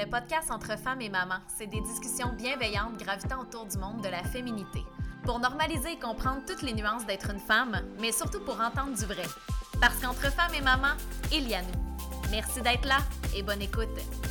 le podcast entre femmes et mamans. C'est des discussions bienveillantes gravitant autour du monde de la féminité. Pour normaliser et comprendre toutes les nuances d'être une femme, mais surtout pour entendre du vrai. Parce qu'entre femmes et mamans, il y a nous. Merci d'être là et bonne écoute.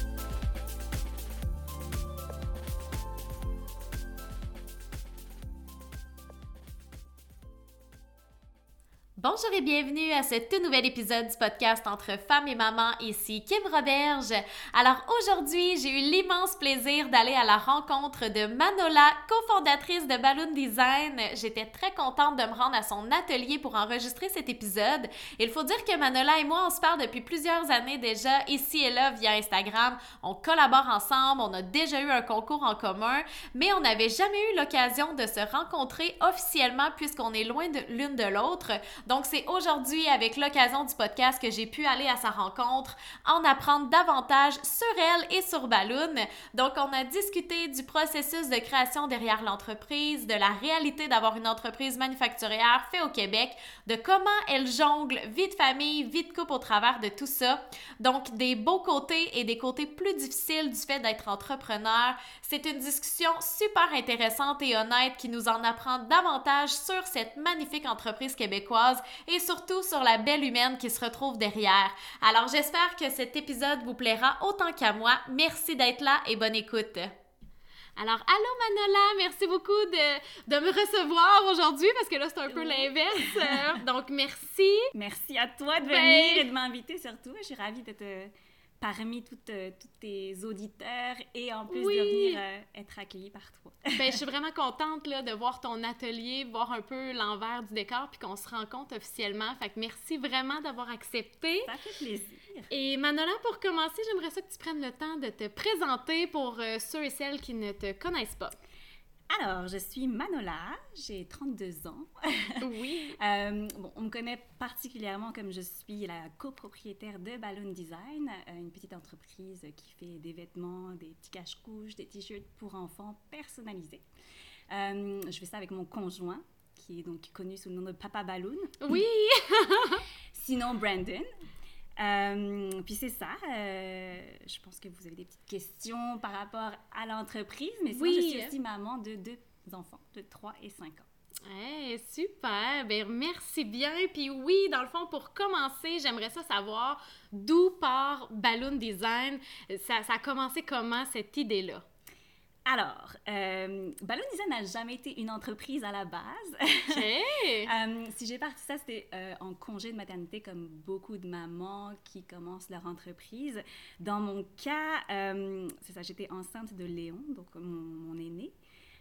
Bonjour et bienvenue à ce tout nouvel épisode du podcast entre femmes et mamans, ici Kim Roberge. Alors aujourd'hui, j'ai eu l'immense plaisir d'aller à la rencontre de Manola, cofondatrice de Balloon Design. J'étais très contente de me rendre à son atelier pour enregistrer cet épisode. Il faut dire que Manola et moi, on se parle depuis plusieurs années déjà, ici et là via Instagram. On collabore ensemble, on a déjà eu un concours en commun, mais on n'avait jamais eu l'occasion de se rencontrer officiellement puisqu'on est loin de l'une de l'autre. Donc, c'est aujourd'hui, avec l'occasion du podcast, que j'ai pu aller à sa rencontre, en apprendre davantage sur elle et sur Balloon. Donc, on a discuté du processus de création derrière l'entreprise, de la réalité d'avoir une entreprise manufacturière faite au Québec, de comment elle jongle vie de famille, vie de couple au travers de tout ça. Donc, des beaux côtés et des côtés plus difficiles du fait d'être entrepreneur. C'est une discussion super intéressante et honnête qui nous en apprend davantage sur cette magnifique entreprise québécoise et surtout sur la belle humaine qui se retrouve derrière. Alors j'espère que cet épisode vous plaira autant qu'à moi. Merci d'être là et bonne écoute. Alors, allô Manola, merci beaucoup de me recevoir aujourd'hui parce que là c'est un peu l'inverse. Donc merci. Merci à toi de venir et de m'inviter surtout. Je suis ravie d'être parmi tous tes auditeurs et en plus de venir être accueillie par toi. Je suis vraiment contente là, de voir ton atelier, voir un peu l'envers du décor puis qu'on se rencontre officiellement. Fait que merci vraiment d'avoir accepté. Ça fait plaisir. Et Manola, pour commencer, j'aimerais ça que tu prennes le temps de te présenter pour ceux et celles qui ne te connaissent pas. Alors, je suis Manola, j'ai 32 ans. Oui. On me connaît particulièrement comme je suis la copropriétaire de Balloon Design, une petite entreprise qui fait des vêtements, des petits cache-couches, des t-shirts pour enfants personnalisés. Je fais ça avec mon conjoint, qui est donc connu sous le nom de Papa Balloon. Oui! Sinon, Brandon. Puis c'est ça, je pense que vous avez des petites questions par rapport à l'entreprise, mais sinon je suis aussi maman de 2 enfants, de 3 et 5 ans. Hey, super! Ben merci bien. Puis oui, dans le fond, pour commencer, j'aimerais ça savoir d'où part Balloon Design. Ça a commencé comment, cette idée-là? Alors, Balloon Design n'a jamais été une entreprise à la base. OK! Si j'ai parti ça, c'était en congé de maternité, comme beaucoup de mamans qui commencent leur entreprise. Dans mon cas, c'est ça, j'étais enceinte de Léon, donc mon aîné.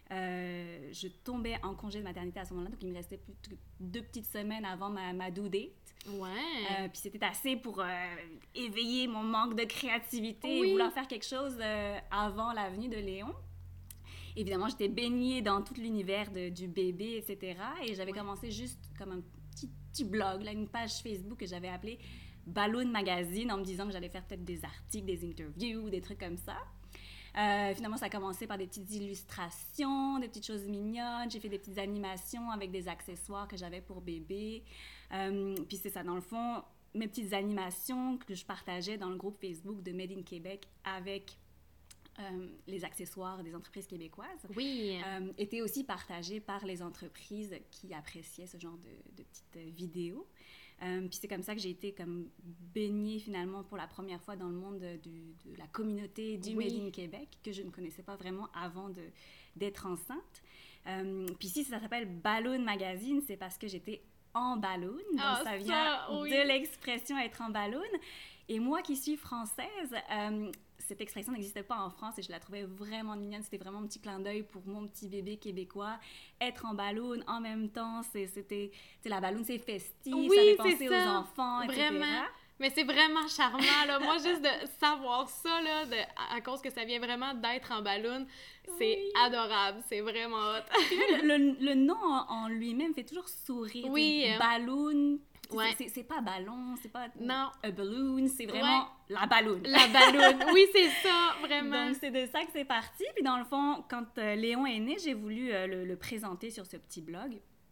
Je tombais en congé de maternité à ce moment-là, donc il me restait plus que 2 petites semaines avant ma due date. Ouais! Puis c'était assez pour éveiller mon manque de créativité et vouloir faire quelque chose avant la venue de Léon. Évidemment, j'étais baignée dans tout l'univers du bébé, etc. Et j'avais commencé juste comme un petit blog, là, une page Facebook que j'avais appelée Balloon Magazine, en me disant que j'allais faire peut-être des articles, des interviews, des trucs comme ça. Finalement, ça a commencé par des petites illustrations, des petites choses mignonnes. J'ai fait des petites animations avec des accessoires que j'avais pour bébé. Puis c'est ça, dans le fond, mes petites animations que je partageais dans le groupe Facebook de Made in Québec avec les accessoires des entreprises québécoises, étaient aussi partagées par les entreprises qui appréciaient ce genre de petites vidéos. Puis c'est comme ça que j'ai été comme baignée finalement pour la première fois dans le monde de la communauté du Made in Québec, que je ne connaissais pas vraiment avant d'être enceinte. Puis si ça s'appelle Balloon Magazine, c'est parce que j'étais en ballon, donc ça vient de l'expression être en ballon. Et moi qui suis française, cette expression n'existait pas en France et je la trouvais vraiment mignonne. C'était vraiment un petit clin d'œil pour mon petit bébé québécois. Être en balloon, en même temps, c'était... la balloon, c'est festif, ça fait penser aux enfants, etc. Vraiment. Mais c'est vraiment charmant, là. Moi, juste de savoir ça, là, à cause que ça vient vraiment d'être en balloon, c'est adorable. C'est vraiment hot. le nom en lui-même fait toujours sourire. Oui. Balloon... Ouais. C'est pas ballon, c'est pas non. A balloon, c'est vraiment la balloon. La balloon, oui, c'est ça, vraiment. Donc, c'est de ça que c'est parti. Puis dans le fond, quand Léon est né, j'ai voulu le présenter sur ce petit blog.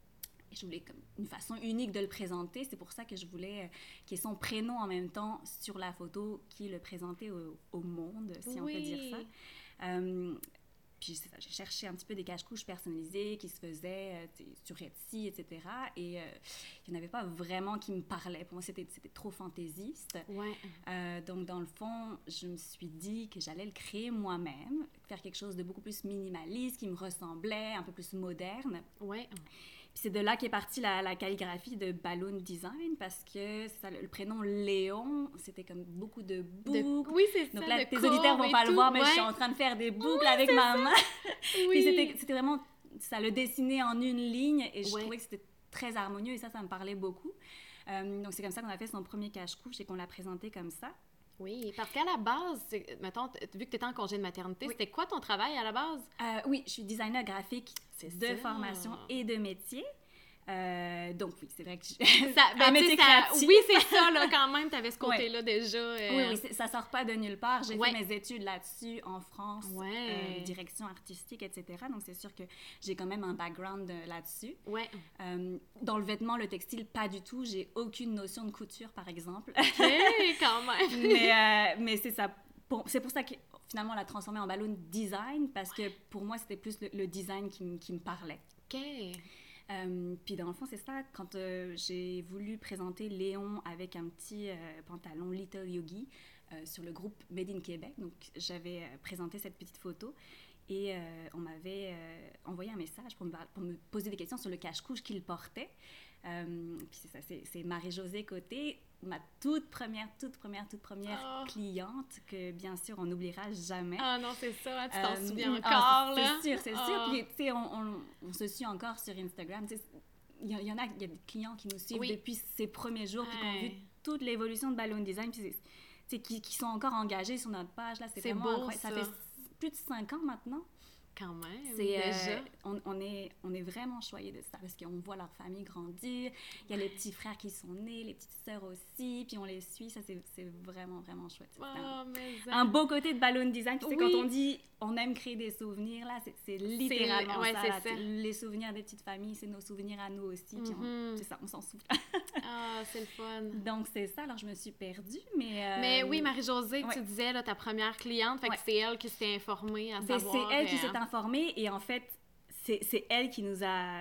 Et je voulais comme une façon unique de le présenter. C'est pour ça que je voulais qu'il y ait son prénom en même temps sur la photo qui le présentait au monde, si on peut dire ça. Puis c'est ça, j'ai cherché un petit peu des cache-couches personnalisés qui se faisaient sur Etsy, etc. Et il n'y en avait pas vraiment qui me parlaient. Pour moi, c'était trop fantaisiste. Ouais. Donc, dans le fond, je me suis dit que j'allais le créer moi-même, faire quelque chose de beaucoup plus minimaliste, qui me ressemblait, un peu plus moderne. Ouais. Puis c'est de là qu'est partie la calligraphie de Balloon Design, parce que c'est ça, le prénom Léon, c'était comme beaucoup de boucles. Oui, c'est ça. Donc là, tes auditeurs vont pas le voir, mais je suis en train de faire des boucles avec ma main. Oui. Puis c'était vraiment, ça le dessinait en une ligne, et je trouvais que c'était très harmonieux, et ça me parlait beaucoup. Donc c'est comme ça qu'on a fait son premier cache-couche et qu'on l'a présenté comme ça. Oui, parce qu'à la base, mettons, vu que tu étais en congé de maternité, c'était quoi ton travail à la base? Oui, je suis designer graphique de formation et de métier. Donc oui, c'est vrai que un métier créatif. Oui, c'est ça, là, quand même, tu avais ce côté-là déjà. Oui, ça sort pas de nulle part. J'ai fait mes études là-dessus en France, direction artistique, etc. Donc c'est sûr que j'ai quand même un background là-dessus. Ouais. Dans le vêtement, le textile, pas du tout. J'ai aucune notion de couture, par exemple. OK, quand même. mais c'est ça. C'est pour ça que finalement, on l'a transformé en Balloon Design, parce que pour moi, c'était plus le design qui me parlait. OK. Puis dans le fond, c'est ça, quand j'ai voulu présenter Léon avec un petit pantalon Little Yogi sur le groupe Made in Québec, donc j'avais présenté cette petite photo et on m'avait envoyé un message pour me poser des questions sur le cache-couche qu'il portait. Puis c'est ça, c'est Marie-Josée Côté, ma toute première cliente, que bien sûr on n'oubliera jamais. Ah non, c'est ça, tu t'en souviens encore, là? C'est sûr. Puis tu sais, on se suit encore sur Instagram. Il y a des clients qui nous suivent depuis ces premiers jours, puis qui ont vu toute l'évolution de Balloon Design, puis qui sont encore engagés sur notre page. Là, c'est vraiment beau, incroyable. Ça fait plus de 5 ans maintenant. Quand même, déjà. On est vraiment choyés de ça, parce qu'on voit leur famille grandir. Il y a les petits frères qui sont nés, les petites sœurs aussi, puis on les suit. Ça, c'est vraiment, vraiment chouette. Un beau côté de Balloon Design. Puis quand on dit on aime créer des souvenirs, là, c'est littéralement ça, là. Les souvenirs des petites familles, c'est nos souvenirs à nous aussi. Puis c'est ça, on s'en souvient. Ah, c'est le fun. Donc, c'est ça. Alors, je me suis perdue, mais oui, Marie-Josée, tu disais, là, ta première cliente, fait que c'est elle qui s'est informée à savoir... C'est elle qui s'est informée, et en fait, c'est elle qui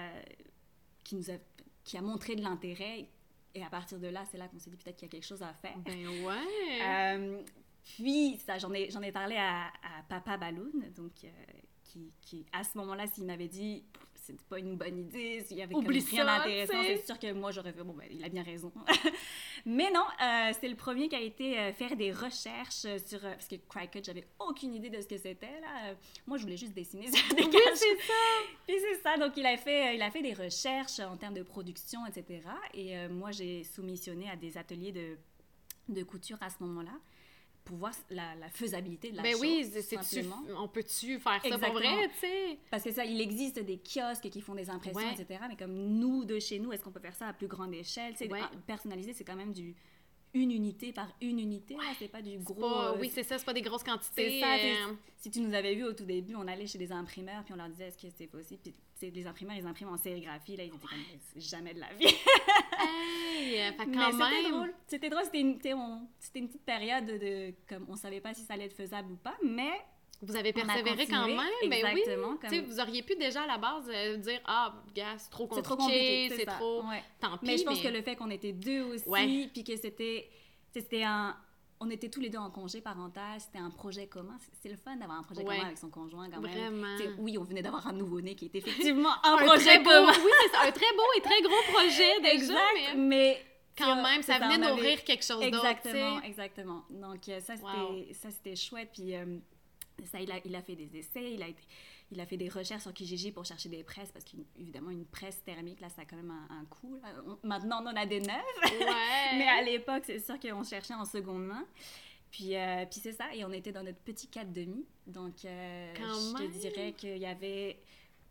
a montré de l'intérêt, et à partir de là, c'est là qu'on s'est dit peut-être qu'il y a quelque chose à faire. Ben ouais! Puis, ça, j'en ai parlé à Papa Balloon, donc, qui, à ce moment-là, s'il m'avait dit... c'est pas une bonne idée, il y avait rien d'intéressant, c'est sûr que moi j'aurais fait, bon ben il a bien raison. Mais non, c'est le premier qui a été faire des recherches sur, parce que Cricut, j'avais aucune idée de ce que c'était, là. Moi je voulais juste dessiner sur des caches. C'est ça! Puis c'est ça, donc il a fait des recherches en termes de production, etc. Et moi j'ai soumissionné à des ateliers de couture à ce moment-là, pour voir la faisabilité de la chose. Oui, on peut-tu faire ça pour vrai, tu sais? Parce que ça, il existe des kiosques qui font des impressions, etc. Mais comme nous, de chez nous, est-ce qu'on peut faire ça à plus grande échelle? Personnaliser, c'est quand même une unité par une unité, là, c'est pas du gros... oui, c'est ça, c'est pas des grosses quantités. C'est ça, si tu nous avais vu au tout début, on allait chez des imprimeurs, puis on leur disait, est-ce que c'est possible? Puis les imprimeurs, ils impriment en sérigraphie, là, ils étaient comme, jamais de la vie. Hey, fait quand même... C'était drôle, c'était une petite période comme on savait pas si ça allait être faisable ou pas, mais... Vous avez persévéré quand même, exactement. Oui, vous auriez pu déjà à la base dire gars, c'est trop compliqué, c'est trop... Tant pis, mais je pense que le fait qu'on était deux aussi, puis que c'était on était tous les deux en congé parental, c'était un projet commun. C'est le fun d'avoir un projet commun avec son conjoint quand même. Vraiment. Oui, on venait d'avoir un nouveau-né qui était effectivement un projet commun. Oui, c'est ça, un très beau et très gros projet déjà. Exact, mais quand même, ça venait nourrir quelque chose d'autre. Exactement. Donc ça, c'était chouette. Puis ça, il a fait des essais, il a fait des recherches sur Kijiji pour chercher des presses, parce qu'évidemment, une presse thermique, là, ça a quand même un coût. Là. Maintenant, on en a des neuves. Mais à l'époque, c'est sûr qu'on cherchait en seconde main. Puis c'est ça, et on était dans notre petit 4,5. Donc, je te dirais qu'il y avait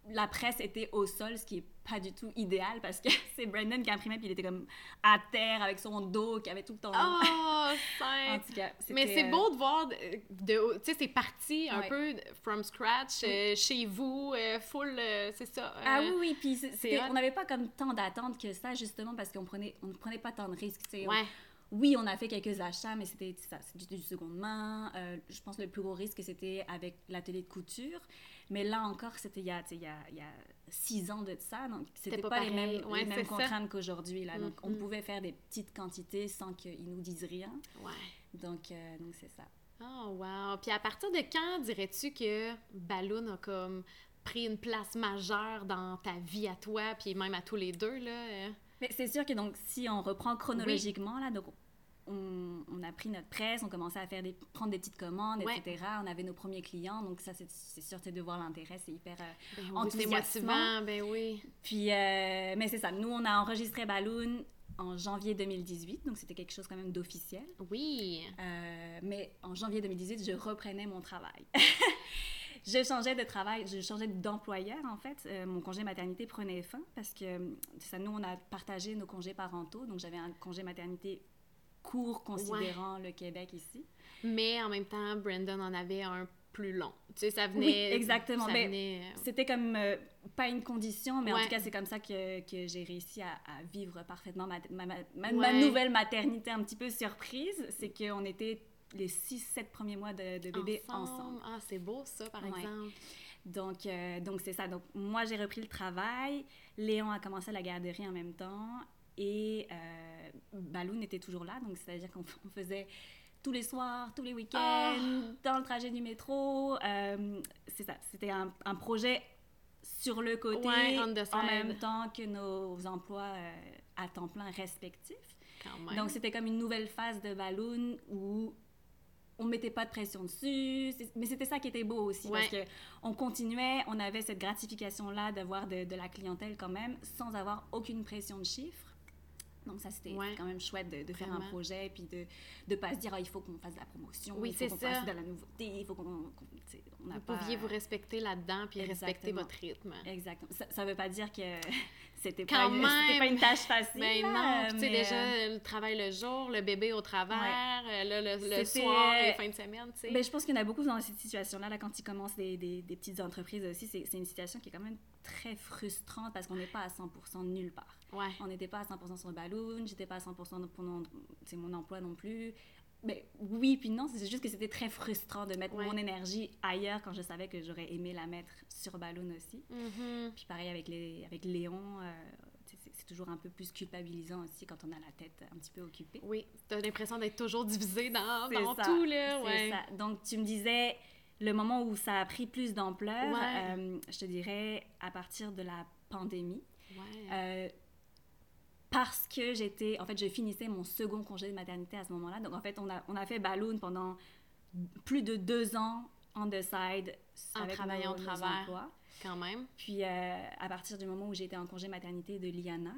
la presse était au sol, ce qui est pas du tout idéal parce que c'est Brandon qui imprimait puis il était comme à terre avec son dos qui avait tout le temps. Oh, En tout cas, mais c'est beau de voir, tu sais, c'est parti un Ouais. peu from scratch, chez vous, full, c'est ça. Ah oui, puis c'est hot. on n'avait pas comme tant d'attentes que ça, justement, parce qu'on ne prenait pas tant de risques. Tu sais. Ouais. Oui, on a fait quelques achats, mais c'était du seconde main. Je pense que le plus gros risque, c'était avec l'atelier de couture. Mais là encore, c'était il y a 6 ans de ça, donc c'était pas pas les pareil. mêmes, Ouais, les c'est mêmes ça. contraintes qu'aujourd'hui. Là. Donc, on pouvait faire des petites quantités sans qu'ils nous disent rien. Ouais. Donc c'est ça. Oh, wow. Puis à partir de quand dirais-tu que Balloon a comme pris une place majeure dans ta vie à toi, puis même à tous les deux, là? Mais c'est sûr que donc, si on reprend chronologiquement, là, donc on a pris notre presse, on commençait à prendre des petites commandes, Ouais. etc. On avait nos premiers clients, donc ça, c'est sûr, de voir l'intérêt, c'est hyper Ben oui, c'est enthousiasmant. motivant, ben oui. Puis, mais c'est ça, nous, on a enregistré Balloon en janvier 2018, donc c'était quelque chose quand même d'officiel. Oui. Mais en janvier 2018, je reprenais mon travail. Je changeais de travail, je changeais d'employeur, en fait. Mon congé maternité prenait fin parce que, ça, nous, on a partagé nos congés parentaux, donc j'avais un congé maternité court considérant le Québec ici. Mais en même temps, Brandon en avait un plus long. Tu sais, ça venait... Oui, exactement. Ça Mais venait... c'était comme pas une condition, mais en Ouais. tout cas, c'est comme ça que j'ai réussi à vivre parfaitement ma Ouais. nouvelle maternité un petit peu surprise. C'est qu'on était les 6-7 premiers mois de bébé ensemble. Ah, c'est beau ça, par Ouais. exemple. Donc c'est ça. Donc, moi, j'ai repris le travail. Léon a commencé la garderie en même temps. Et Balloon était toujours là. Donc, c'est-à-dire qu'on faisait tous les soirs, tous les week-ends, dans le trajet du métro. C'est ça. C'était un projet sur le côté, Ouais, on the side. en même temps que nos emplois à temps plein respectifs. Quand même. Donc, c'était comme une nouvelle phase de Balloon où on ne mettait pas de pression dessus. Mais c'était ça qui était beau aussi, Ouais. parce qu'on continuait, on avait cette gratification-là d'avoir de la clientèle quand même, sans avoir aucune pression de chiffres. Donc ça, c'était Ouais. quand même chouette de faire un Vraiment. projet, puis de ne pas se dire, il faut qu'on fasse de la promotion, Oui, il faut c'est qu'on ça. fasse de la nouveauté, il faut qu'on tu sais, on n'a Vous pas... pouviez vous respecter là-dedans, puis respecter Exactement. votre rythme. Exactement. Ça ne veut pas dire que c'était Quand c'était pas même. une tâche facile. Ben là, non, tu sais, mais, déjà, le travail le jour, le bébé au travers, là, le C'était- soir, les fins de semaine, tu sais. Ben, je pense qu'il y en a beaucoup dans cette situation-là, là, quand ils commencent des petites entreprises aussi, c'est une situation qui est quand même très frustrante parce qu'on n'est pas à 100% nulle part. Ouais. On n'était pas à 100% sur le Balloon, j'étais pas à 100% pour mon emploi non plus. Ben, oui, puis non, c'est juste que c'était très frustrant de mettre Ouais. mon énergie ailleurs quand je savais que j'aurais aimé la mettre sur Balloon aussi. Mhm. Puis pareil avec Léon, c'est toujours un peu plus culpabilisant aussi quand on a la tête un petit peu occupée. Oui, t'as l'impression d'être toujours divisé dans C'est ça, tout, là, c'est ouais. ça. Donc, tu me disais, le moment où ça a pris plus d'ampleur, Ouais. je te dirais à partir de la pandémie. Ouais. Parce que je finissais mon second congé de maternité à ce moment-là. Donc, en fait, on a fait Balloon pendant plus de 2 ans on the side En avec travaillant au nos travers. emplois. Quand même. Puis, à partir du moment où j'étais en congé maternité de Liana,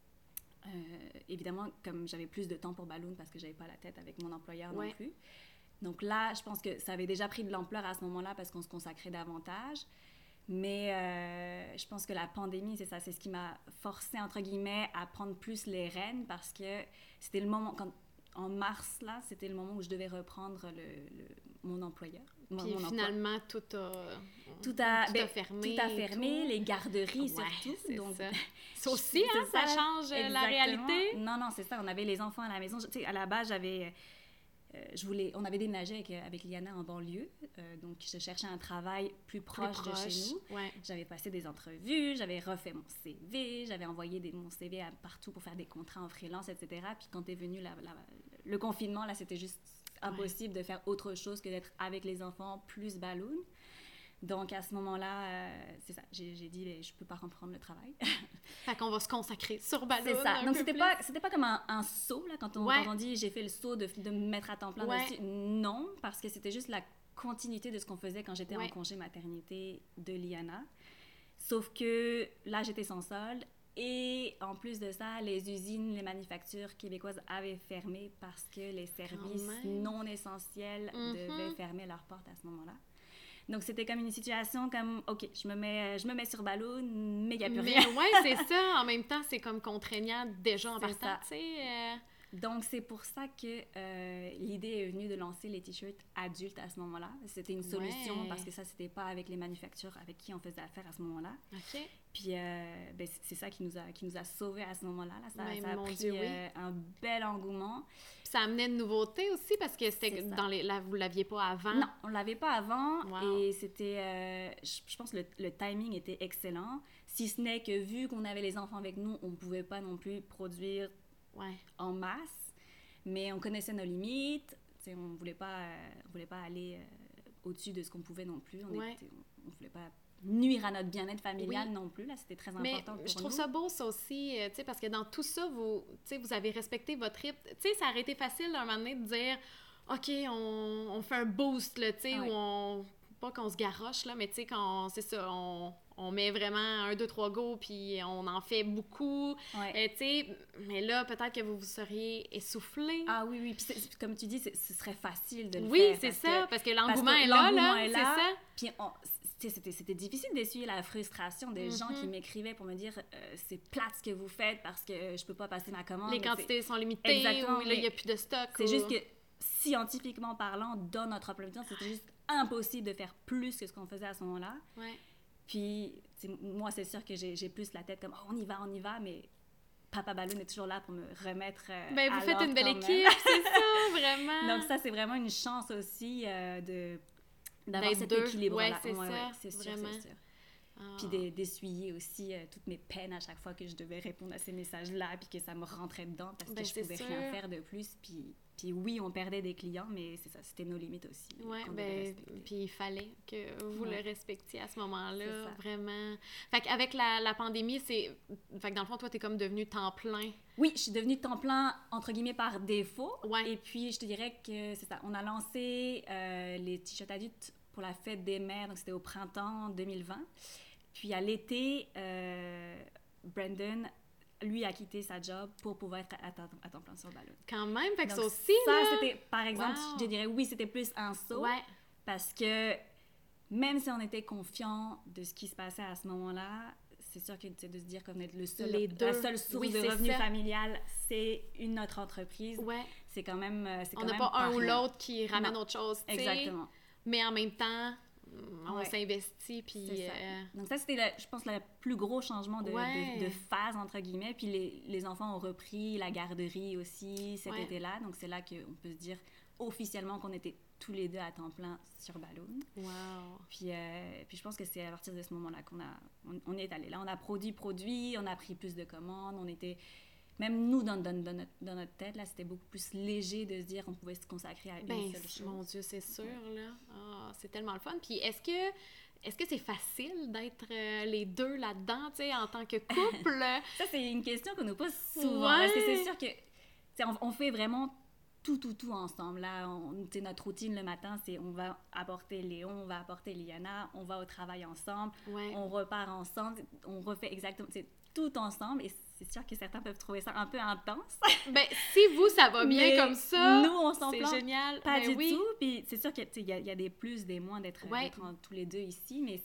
évidemment, comme j'avais plus de temps pour Balloon parce que j'avais pas la tête avec mon employeur Ouais. non plus. Donc là, je pense que ça avait déjà pris de l'ampleur à ce moment-là parce qu'on se consacrait davantage. Mais je pense que la pandémie, c'est ça, c'est ce qui m'a forcé, entre guillemets, à prendre plus les rênes parce que c'était le moment, en mars, là, c'était le moment où je devais reprendre mon employeur. Puis mon emploi. finalement, tout a fermé. Tout a et fermé, tout. les garderies Ouais, surtout. c'est donc, ça. Ça aussi, hein, c'est ça change la Exactement. réalité. Non, c'est ça. On avait les enfants à la maison. Tu sais, à la base, on avait déménagé avec Liana en banlieue. Donc, je cherchais un travail plus proche de chez nous. Ouais. J'avais passé des entrevues, j'avais refait mon CV, j'avais envoyé mon CV partout pour faire des contrats en freelance, etc. Puis quand est venu le confinement, là, c'était juste impossible de faire autre chose que d'être avec les enfants plus Balloon. Donc, à ce moment-là, c'est ça. J'ai dit, je peux pas reprendre le travail. Fait qu'on va se consacrer sur Balloon. C'est ça. un Donc, peu c'était pas comme un saut, là, quand on dit j'ai fait le saut de me mettre à temps plein Ouais. dessus. Non, parce que c'était juste la continuité de ce qu'on faisait quand j'étais en Ouais. congé maternité de Liana. Sauf que là, j'étais sans solde. Et en plus de ça, les usines, les manufactures québécoises avaient fermé parce que les services même. non essentiels Mhm. devaient fermer leurs portes à ce moment-là. Donc, c'était comme une situation comme, OK, je me mets sur Balloon, mais il n'y a plus rien. Ouais, c'est ça. En même temps, c'est comme contraignant déjà en C'est partant, ça. tu sais. Donc, c'est pour ça que l'idée est venue de lancer les t-shirts adultes à ce moment-là. C'était une solution parce que ça, c'était pas avec les manufactures avec qui on faisait affaire à ce moment-là. OK. Puis, ben, c'est ça qui nous a sauvés à ce moment-là. Là. Ça a Mon pris Dieu, oui. un bel engouement. Puis ça amenait de nouveautés aussi parce que c'était C'est ça. vous l'aviez pas avant. Non, on l'avait pas avant. Wow. Et c'était, je pense que le timing était excellent. Si ce n'est que vu qu'on avait les enfants avec nous, on pouvait pas non plus produire en masse, mais on connaissait nos limites. T'sais, on voulait pas aller au-dessus de ce qu'on pouvait non plus. On voulait pas nuire à notre bien-être familial non plus. Là, c'était très important pour nous. Je trouve ça beau, ça aussi, parce que dans tout ça, vous avez respecté votre rythme. Ça aurait été facile, un moment donné, de dire « OK, on fait un boost, là, où on... Pas qu'on se garoche, là, mais tu sais, c'est ça, on met vraiment 1, 2, 3 go, puis on en fait beaucoup. Tu sais, mais là, peut-être que vous vous seriez essoufflé. Ah oui, puis comme tu dis, ce serait facile de le faire. Oui, c'est ça, parce que l'engouement est là, c'est ça. Puis c'était difficile d'essuyer la frustration des gens qui m'écrivaient pour me dire c'est plate ce que vous faites parce que je peux pas passer ma commande. Les quantités sont limitées, exactement, ou là, il n'y a plus de stock. C'est juste que, scientifiquement parlant, dans notre emploi du temps, c'était juste impossible de faire plus que ce qu'on faisait à ce moment-là. Puis, moi, c'est sûr que j'ai plus la tête comme oh, on y va, mais Papa Balloon est toujours là pour me remettre vous faites une belle équipe, c'est ça, vraiment. Donc ça, c'est vraiment une chance aussi d'avoir cet équilibre-là. C'est ça, c'est sûr, vraiment. c'est sûr. Puis d'essuyer aussi toutes mes peines à chaque fois que je devais répondre à ces messages-là, puis que ça me rentrait dedans parce que je pouvais rien faire de plus. Puis oui, on perdait des clients, mais c'est ça, c'était nos limites aussi. Puis il fallait que vous le respectiez à ce moment-là, vraiment. Fait qu'avec la pandémie, fait que dans le fond, toi, t'es comme devenu temps plein. Oui, je suis devenue temps plein, entre guillemets, par défaut. Et puis, je te dirais que c'est ça, on a lancé les t-shirts adultes pour la fête des mères, donc c'était au printemps 2020. Puis à l'été, Brandon, lui, a quitté sa job pour pouvoir être à temps plein sur Balloon. Quand même, fait que ça aussi, ça, là... c'était, par exemple, je dirais, oui, c'était plus un saut. Parce que même si on était confiant de ce qui se passait à ce moment-là, c'est sûr que de se dire qu'on est la seule source de revenus familial, c'est une autre entreprise. C'est quand même on n'a pas un ou l'autre qui ramène autre chose, tu sais. Exactement. Mais en même temps... on s'investit, puis... Donc ça, c'était, je pense, le plus gros changement de phase, entre guillemets. Puis les enfants ont repris la garderie aussi cet été-là. Donc c'est là qu'on peut se dire officiellement qu'on était tous les deux à temps plein sur Balloon. Puis je pense que c'est à partir de ce moment-là qu'on est allé là. On a produit, on a pris plus de commandes, on était... Même nous, dans notre tête, là, c'était beaucoup plus léger de se dire qu'on pouvait se consacrer à une seule chose. Mon Dieu, c'est sûr, là. C'est tellement le fun. Puis est-ce que c'est facile d'être les deux là-dedans, tu sais, en tant que couple? Ça, c'est une question qu'on nous pose souvent. Parce que c'est sûr que, on fait vraiment tout ensemble. Là, notre routine le matin, c'est on va apporter Léon, on va apporter Liana, on va au travail ensemble, on repart ensemble, on refait exactement, c'est tout ensemble. Et c'est sûr que certains peuvent trouver ça un peu intense. Si vous, ça va bien comme ça, nous, on s'en plaint. C'est génial. Pas du tout. Puis c'est sûr qu'il y a des plus, des moins d'être tous les deux ici, mais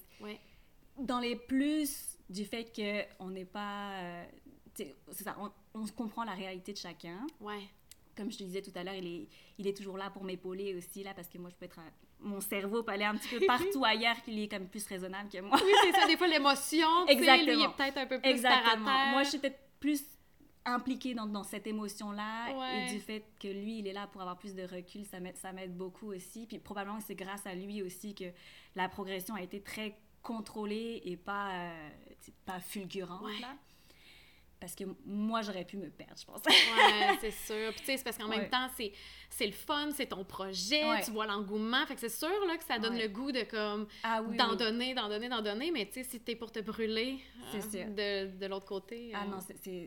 dans les plus du fait qu'on n'est pas... c'est ça, on comprend la réalité de chacun. Comme je te disais tout à l'heure, il est toujours là pour m'épauler aussi, là, parce que moi, je peux être... mon cerveau peut aller un petit peu partout ailleurs, qu'il est comme plus raisonnable que moi. Oui, c'est ça. Des fois, l'émotion, tu sais, lui, il est peut-être un peu plus terre à terre. Moi, je suis peut-être plus impliquée dans cette émotion-là, et du fait que lui, il est là pour avoir plus de recul, ça m'aide beaucoup aussi. Puis probablement que c'est grâce à lui aussi que la progression a été très contrôlée et pas fulgurante, là. Parce que moi, j'aurais pu me perdre, je pense. C'est sûr. Puis tu sais, c'est parce qu'en même temps, c'est le fun, c'est ton projet, tu vois l'engouement. Fait que c'est sûr là, que ça donne le goût de comme d'en donner. Mais tu sais, si t'es pour te brûler de l'autre côté... non,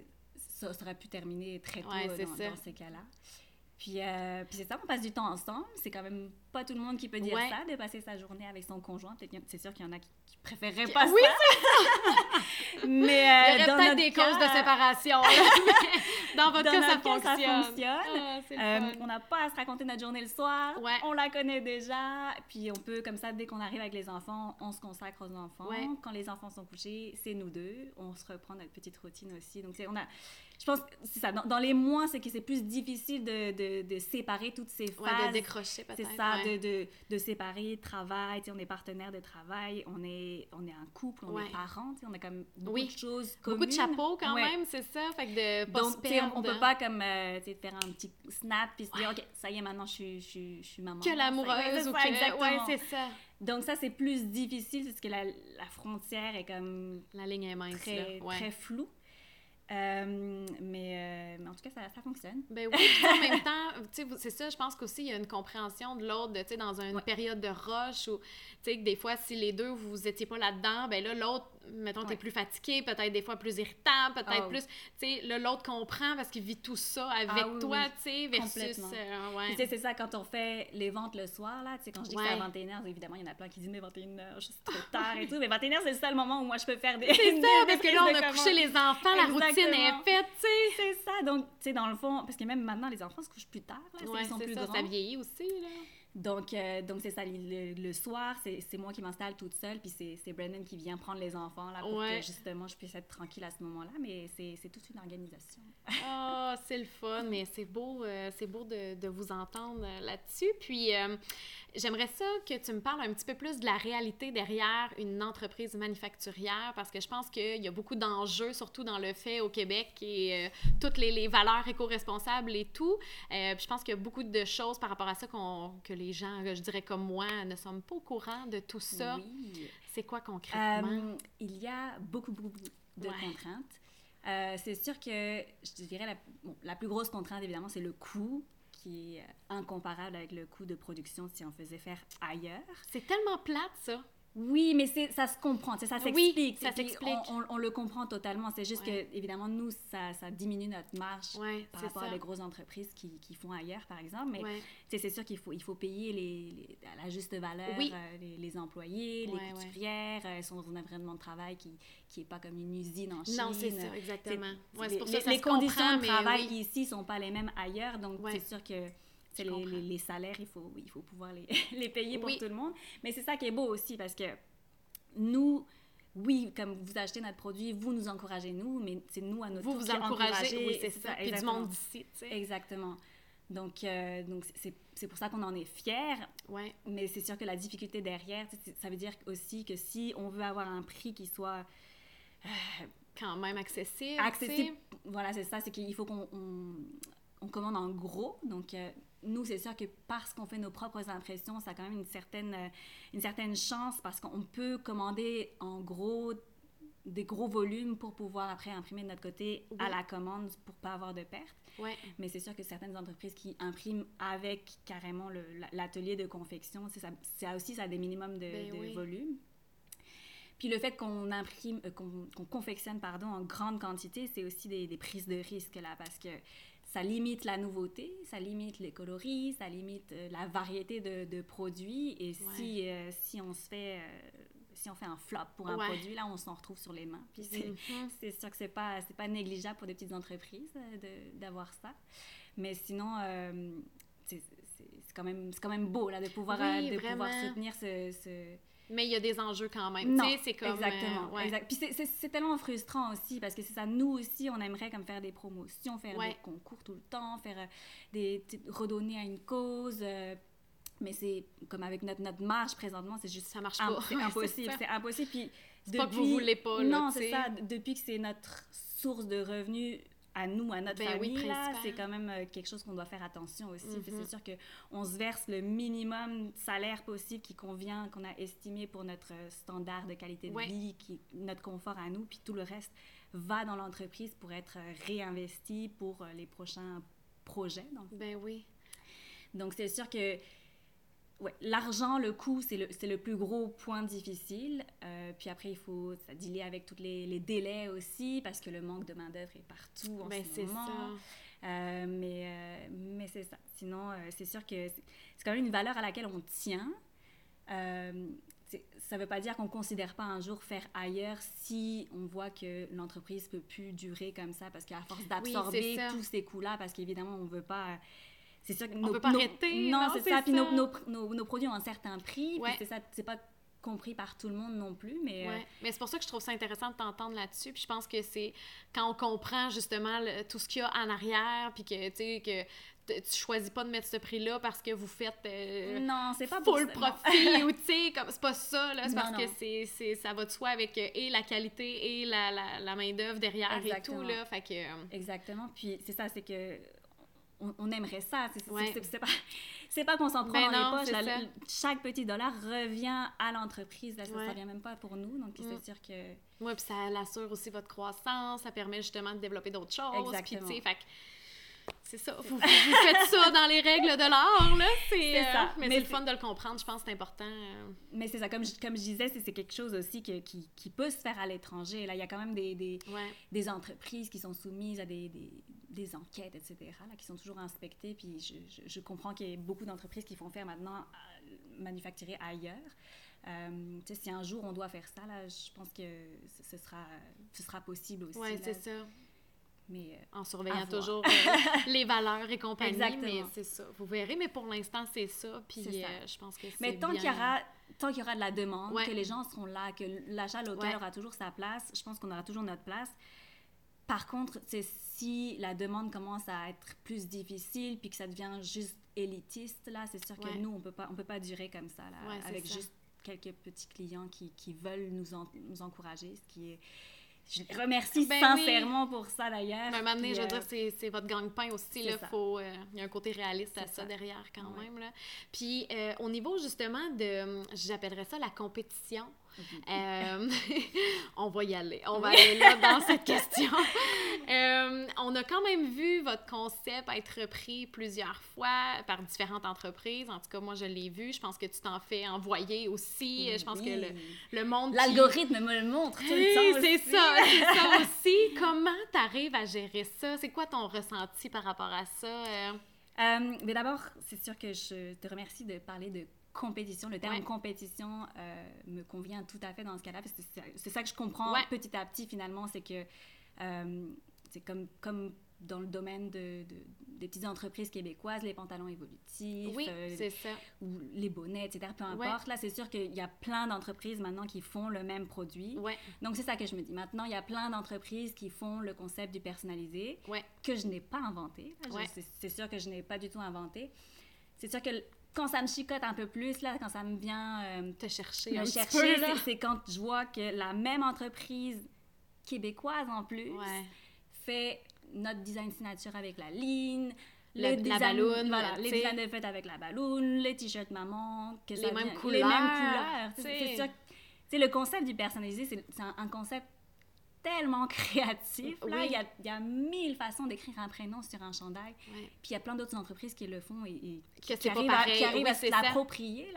ça aurait pu terminer très tôt dans ces cas-là. Puis c'est ça, on passe du temps ensemble. C'est quand même pas tout le monde qui peut dire Ouais. ça, de passer sa journée avec son conjoint. Peut-être c'est sûr qu'il y en a qui préféreraient pas Oui, ça. Mais il y aurait dans peut-être notre des cas, causes de séparation. Là, mais dans votre cas, ça notre cas, fonctionne. ça fonctionne. Ah, c'est le fun. On n'a pas à se raconter notre journée le soir. Ouais. On la connaît déjà. Puis on peut, comme ça, dès qu'on arrive avec les enfants, on se consacre aux enfants. Ouais. Quand les enfants sont couchés, c'est nous deux. On se reprend notre petite routine aussi. Donc, je pense que c'est ça. Dans les mois, c'est que c'est plus difficile de séparer toutes ces phases. Ouais, de décrocher peut-être. C'est ça, ouais. de séparer travail. On est partenaire de travail, on est un couple, on est parents. On a comme beaucoup de choses communes. Beaucoup de chapeaux quand Ouais. même, c'est ça. Fait que de pas Donc, se perdre. on peut pas comme faire un petit snap puis se dire, OK, ça y est, maintenant, je suis maman. Que l'amoureuse ou ça, que... exactement. Ouais, c'est ça. Donc, ça, c'est plus difficile parce que la frontière est comme La ligne est mince, très, là. Ouais. très floue. Mais en tout cas, ça fonctionne. Ben oui, puis en même temps, tu sais, c'est ça, je pense qu'aussi, il y a une compréhension de l'autre, tu sais, dans une période de rush, ou, tu sais, que des fois, si les deux, vous étiez pas là-dedans, ben là, l'autre, mettons, t'es plus fatigué, peut-être des fois plus irritable, peut-être plus, tu sais, là, l'autre comprend parce qu'il vit tout ça avec toi, tu sais, versus... Puis, tu sais, c'est ça, quand on fait les ventes le soir, là, tu sais, quand je dis que c'est à 21h, évidemment, il y en a plein qui disent, mais 21h, juste trop tard et tout, mais 21h, c'est le seul moment où moi, je peux faire des... C'est ça, parce que là, on a couché les enfants, la routine est faite, tu sais. C'est ça, donc, tu sais, dans le fond, parce que même maintenant, les enfants se couchent plus tard, là, ils sont plus grands. Ça vieillit aussi, là. Donc c'est ça, le soir, c'est moi qui m'installe toute seule, puis c'est Brandon qui vient prendre les enfants, là, pour que, justement, je puisse être tranquille à ce moment-là, mais c'est toute une organisation. Ah, c'est le fun, mais c'est beau de vous entendre là-dessus. Puis, j'aimerais ça que tu me parles un petit peu plus de la réalité derrière une entreprise manufacturière, parce que je pense qu'il y a beaucoup d'enjeux, surtout dans le fait au Québec, et toutes les valeurs éco-responsables et tout. Puis je pense qu'il y a beaucoup de choses par rapport à ça que les gens, je dirais comme moi, ne sont pas au courant de tout ça. Oui. C'est quoi concrètement? Il y a beaucoup de contraintes. C'est sûr que, je dirais, la plus grosse contrainte, évidemment, c'est le coût, qui est incomparable avec le coût de production si on faisait faire ailleurs. C'est tellement plate, ça! Oui, mais ça se comprend, ça s'explique. Oui, ça s'explique. On le comprend totalement. C'est juste que, évidemment, nous, ça diminue notre marge par rapport à des grosses entreprises qui font ailleurs, par exemple. Mais c'est sûr qu'il faut payer à la juste valeur les employés, les couturières. Elles sont dans un environnement de travail qui n'est pas comme une usine en Chine. Non, c'est ça, exactement. C'est pour ça les conditions de travail ici ne sont pas les mêmes ailleurs. Donc, c'est sûr que... Les salaires, il faut pouvoir les payer pour tout le monde. Mais c'est ça qui est beau aussi, parce que nous, oui, comme vous achetez notre produit, vous nous encouragez, nous, mais c'est nous à notre tour vous encouragez, oui, c'est ça. Puis du exactement. monde d'ici, tu sais. Exactement. Donc c'est pour ça qu'on en est fiers. Ouais. Mais c'est sûr que la difficulté derrière, ça veut dire aussi que si on veut avoir un prix qui soit... quand même accessible. Voilà, c'est ça. C'est qu'il faut qu'on commande en gros. Donc, nous, c'est sûr que parce qu'on fait nos propres impressions, ça a quand même une certaine chance, parce qu'on peut commander en gros des gros volumes pour pouvoir après imprimer de notre côté à la commande pour pas avoir de perte. Ouais. Mais c'est sûr que certaines entreprises qui impriment avec carrément l'atelier de confection, ça aussi, ça a des minimums de volume. Puis le fait qu'on imprime, qu'on confectionne en grande quantité, c'est aussi des prises de risque là, parce que ça limite la nouveauté, ça limite les coloris, ça limite la variété de produits. Et si on fait un flop pour un produit, là, on s'en retrouve sur les mains. Puis c'est sûr que c'est pas négligeable pour des petites entreprises d'avoir ça. Mais sinon, c'est quand même beau là, de pouvoir soutenir ce... Mais il y a des enjeux quand même. Non, c'est comme, exactement. Exact. Puis c'est tellement frustrant aussi, parce que c'est ça, nous aussi, on aimerait comme faire des promotions, faire des concours tout le temps, faire redonner à une cause. Mais c'est comme avec notre marge présentement, c'est juste... Ça marche pas. C'est impossible. C'est impossible. Puis c'est pas que vous voulez pas. Là, non, c'est ça. Depuis que c'est notre source de revenus à nous, à notre famille, là, c'est quand même quelque chose qu'on doit faire attention aussi. C'est sûr qu'on se verse le minimum salaire possible qu'on a estimé pour notre standard de qualité de vie, notre confort à nous, puis tout le reste va dans l'entreprise pour être réinvesti pour les prochains projets. Donc c'est sûr que l'argent, le coût, c'est le plus gros point difficile. Puis après, il faut dealer avec tous les délais aussi, parce que le manque de main-d'œuvre est partout en ce moment. Mais c'est ça. Sinon, c'est sûr que c'est quand même une valeur à laquelle on tient. Ça ne veut pas dire qu'on ne considère pas un jour faire ailleurs si on voit que l'entreprise ne peut plus durer comme ça, parce qu'à force d'absorber tous ces coûts-là, parce qu'évidemment, on ne veut pas... C'est sûr que on ne peut pas arrêter. Non, c'est ça. Puis nos produits ont un certain prix, ouais. puis c'est pas compris par tout le monde non plus, mais... Ouais. Mais c'est pour ça que je trouve ça intéressant de t'entendre là-dessus, puis je pense que c'est quand on comprend justement tout ce qu'il y a en arrière, puis que, tu sais, que tu choisis pas de mettre ce prix-là parce que vous faites non, c'est pas full profit ou tu sais comme c'est pas ça là, c'est non, parce que c'est ça va de soi avec et la qualité et la main-d'œuvre derrière. Exactement. Et tout là, fait que exactement. Puis c'est ça, c'est que on aimerait ça, c'est pas qu'on s'en prend dans les poches, chaque petit dollar revient à l'entreprise, là, ça vient même pas pour nous, donc c'est sûr que... Oui, puis ça assure aussi votre croissance, ça permet justement de développer d'autres choses. Exactement. Puis tu sais, fait que c'est ça, vous faites ça dans les règles de l'art, là, c'est ça. Mais c'est le fun de le comprendre, je pense que c'est important. Mais c'est ça, comme je disais, c'est quelque chose aussi qui peut se faire à l'étranger. Là, il y a quand même des entreprises qui sont soumises à des enquêtes, etc., là, qui sont toujours inspectées, puis je comprends qu'il y a beaucoup d'entreprises qui font faire maintenant manufacturer ailleurs. Si un jour on doit faire ça, là, je pense que ce sera possible aussi. Oui, c'est ça. Mais, en surveillant toujours les valeurs et compagnie. Exactement. Mais c'est ça. Vous verrez, mais pour l'instant, c'est ça. Puis je pense que c'est mais tant bien... tant qu'il y aura de la demande, que les gens seront là, que l'achat local aura toujours sa place, je pense qu'on aura toujours notre place. Par contre, si la demande commence à être plus difficile puis que ça devient juste élitiste, là, c'est sûr que nous, on peut pas durer comme ça, là, avec juste quelques petits clients qui veulent nous encourager, ce qui est... Je les remercie sincèrement pour ça, d'ailleurs. Mais maintenant, je veux dire, c'est votre gagne-pain aussi. Il y a un côté réaliste à ça derrière, quand même. Là. Puis, au niveau, justement, j'appellerais ça la compétition. On va y aller. On va aller là dans cette question. On a quand même vu votre concept être repris plusieurs fois par différentes entreprises. En tout cas, moi, je l'ai vu. Je pense que tu t'en fais envoyer aussi. Je pense que le monde... L'algorithme me le montre tout le temps aussi. C'est ça aussi. Comment tu arrives à gérer ça? C'est quoi ton ressenti par rapport à ça? Mais d'abord, c'est sûr que je te remercie de parler de compétition. Le terme compétition me convient tout à fait dans ce cas-là, parce que c'est ça que je comprends petit à petit, finalement, c'est que c'est comme dans le domaine des petites entreprises québécoises, les pantalons évolutifs, c'est ça. Ou les bonnets, etc., peu importe. Là, c'est sûr qu'il y a plein d'entreprises maintenant qui font le même produit. Donc, c'est ça que je me dis. Maintenant, il y a plein d'entreprises qui font le concept du personnalisé, que je n'ai pas inventé. C'est sûr que je n'ai pas du tout inventé. C'est sûr que quand ça me chicote un peu plus, là, quand ça me vient te chercher, c'est quand je vois que la même entreprise québécoise, en plus, fait notre design signature avec la ligne, la balloune, les designs de fête avec la balloune, les t-shirts maman, les mêmes couleurs. C'est sûr que le concept du personnalisé, c'est un concept tellement créatif. Là, il y a 1000 façons d'écrire un prénom sur un chandail. Puis il y a plein d'autres entreprises qui le font et qui arrivent à se l'approprier.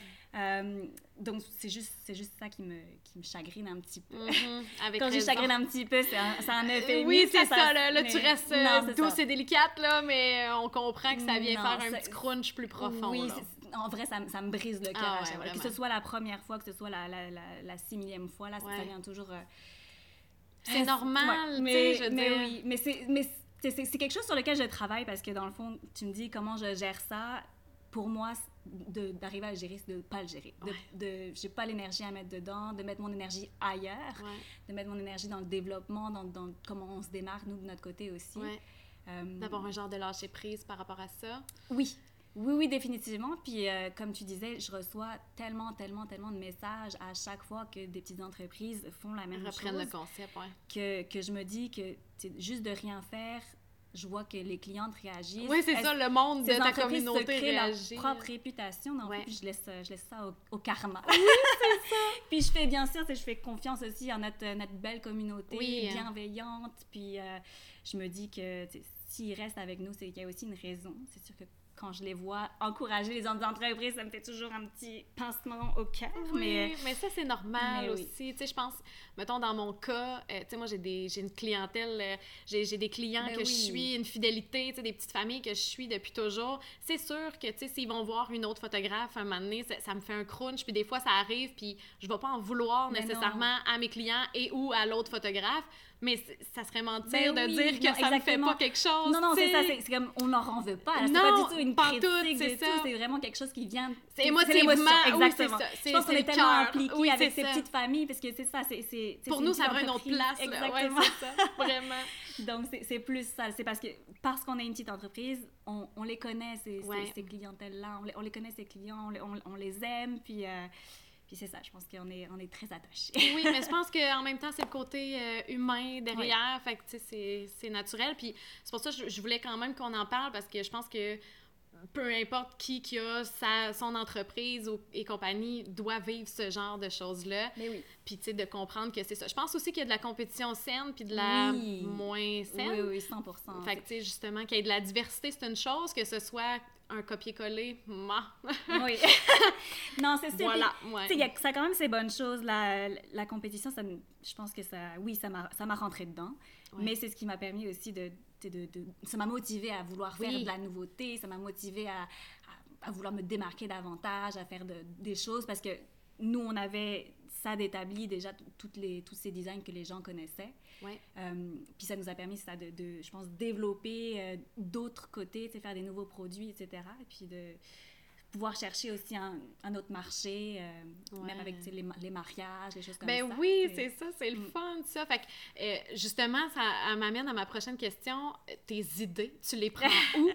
Donc, c'est juste ça qui me chagrine un petit peu. Quand je chagrine un petit peu, c'est un euphémisme. Oui, c'est ça. Là, tu restes douce et délicate, là, mais on comprend que ça vient faire un petit crunch plus profond. Oui, en vrai, ça me brise le cœur à chaque fois. Que ce soit la première fois, que ce soit la 6e fois, là, ça vient toujours... C'est normal, tu sais, je veux dire. Oui, mais c'est quelque chose sur lequel je travaille, parce que dans le fond, tu me dis comment je gère ça. Pour moi, d'arriver à le gérer, c'est de ne pas le gérer. J'ai pas l'énergie à mettre dedans, de mettre mon énergie ailleurs, de mettre mon énergie dans le développement, dans comment on se démarque, nous, de notre côté aussi. D'avoir un genre de lâcher-prise par rapport à ça. Oui, définitivement. Puis, comme tu disais, je reçois tellement de messages à chaque fois que des petites entreprises font la même chose. Reprennent le concept, que je me dis que juste de rien faire, je vois que les clientes réagissent. Oui, c'est ça, le monde de ta communauté réagit. Leur propre réputation. Donc, puis je laisse ça au karma. Oui, c'est ça. Puis je fais confiance aussi en notre belle communauté bienveillante. Puis je me dis que s'ils restent avec nous, c'est qu'il y a aussi une raison. C'est sûr que quand je les vois encourager les autres entreprises, ça me fait toujours un petit pincement au cœur. Oui, mais ça, c'est normal oui. aussi. Tu sais, je pense, mettons, dans mon cas, tu sais, moi, j'ai une clientèle, j'ai des clients que je suis, une fidélité, tu sais, des petites familles que je suis depuis toujours. C'est sûr que, tu sais, s'ils vont voir une autre photographe un moment donné, ça me fait un crunch, puis des fois, ça arrive, puis je vais pas en vouloir nécessairement à mes clients et ou à l'autre photographe. Mais ça serait mentir de dire que ça ne fait pas quelque chose. Non, c'est ça. C'est comme, on leur en veut pas. Là, c'est pas du tout une critique de tout. C'est vraiment quelque chose qui vient... C'est émotivement. Exactement. Oui, je pense qu'on est tellement impliqués avec ces petites familles, parce que c'est ça. Pour nous, ça prend une autre place. Exactement. Ouais, c'est ça. Vraiment. Donc, c'est plus ça. C'est parce qu'on est une petite entreprise, on les connaît, ces clientèles-là. On les connaît, ces clients. On les aime, puis c'est ça, je pense qu'on est très attachés. Oui, mais je pense qu'en même temps, c'est le côté humain derrière, fait que, tu sais, c'est naturel. Puis c'est pour ça que je voulais quand même qu'on en parle, parce que je pense que peu importe qui a son entreprise et compagnie doit vivre ce genre de choses-là. Mais oui. Puis, tu sais, de comprendre que c'est ça. Je pense aussi qu'il y a de la compétition saine puis de la moins saine. Oui, 100%. Fait que, tu sais, justement, qu'il y ait de la diversité, c'est une chose, que ce soit un copier-coller, Oui. Non, c'est sûr. Voilà. Tu sais, ça a quand même ses bonnes choses. La compétition, je pense que ça m'a rentré dedans. Ouais. Mais c'est ce qui m'a permis aussi ça m'a motivée à vouloir faire de la nouveauté, ça m'a motivée à vouloir me démarquer davantage, à faire des choses, parce que nous, on avait ça d'établi déjà, tous ces designs que les gens connaissaient. Ouais. Puis ça nous a permis, ça, je pense, développer d'autres côtés, faire des nouveaux produits, etc. Et puis de pouvoir chercher aussi un autre marché, même avec les mariages, les choses comme ça. Ben oui, c'est ça, c'est le fun, ça. Fait que, justement, ça m'amène à ma prochaine question. Tes idées, tu les prends où?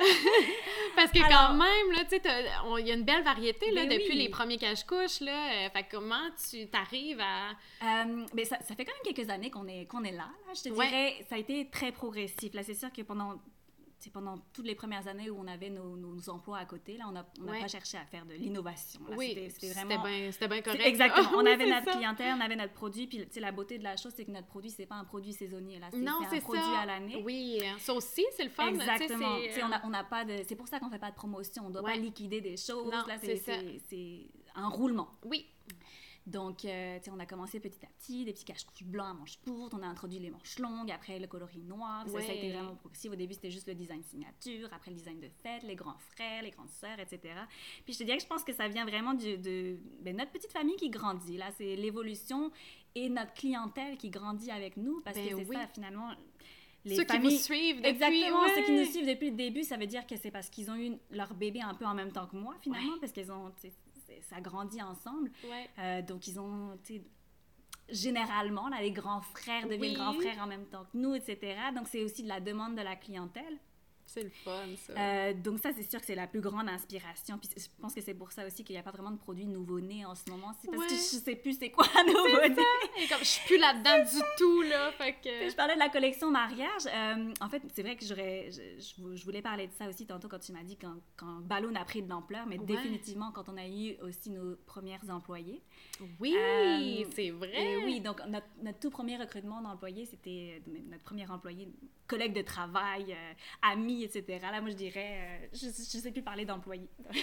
Parce que quand même, là, tu sais, il y a une belle variété, là, depuis les premiers cache-couches, là. Fait que comment tu t'arrives à... Ben ça fait quand même quelques années qu'on est là. Je te dirais, ça a été très progressif. Là, c'est sûr que pendant toutes les premières années où on avait nos emplois à côté, là, on n'a pas cherché à faire de l'innovation. Là. Oui, c'était vraiment... C'était bien correct. Exactement. On avait notre clientèle, on avait notre produit, puis la beauté de la chose, c'est que notre produit, c'est pas un produit saisonnier. Là. C'est un produit à l'année. Oui, ça aussi, c'est le fun. Exactement. On n'a pas de... C'est pour ça qu'on fait pas de promotion. On doit pas liquider des choses. Non, là, c'est un roulement. Oui. Donc, on a commencé petit à petit, des petits cache-couches blancs à manches courtes, on a introduit les manches longues, après le coloris noir, ça a été vraiment progressif. Au début, c'était juste le design signature, après le design de fête, les grands frères, les grandes sœurs, etc. Puis je te dirais que je pense que ça vient vraiment de notre petite famille qui grandit. Là, c'est l'évolution et notre clientèle qui grandit avec nous, parce que c'est ça, finalement... Ceux qui vous suivent depuis... Exactement, ceux qui nous suivent depuis le début, ça veut dire que c'est parce qu'ils ont eu leur bébé un peu en même temps que moi, finalement, parce qu'ils ont... ça grandit ensemble. Donc, ils ont, généralement, là, les grands frères deviennent grands frères en même temps que nous, etc. Donc, c'est aussi de la demande de la clientèle. C'est le fun, ça. Donc ça, c'est sûr que c'est la plus grande inspiration. Puis je pense que c'est pour ça aussi qu'il n'y a pas vraiment de produits nouveau-nés en ce moment. C'est parce que je sais plus c'est quoi nouveau-né. Et comme je suis plus là-dedans du tout, là, fait que... Je parlais de la collection mariage. En fait, c'est vrai que je voulais parler de ça aussi tantôt quand tu m'as dit quand Balloon a pris de l'ampleur, mais définitivement quand on a eu aussi nos premières employés. Oui, c'est vrai. Et oui, donc notre tout premier recrutement d'employés, c'était notre premier employé, collègue de travail, ami, etc. Là, moi, je dirais, je sais plus parler d'employés.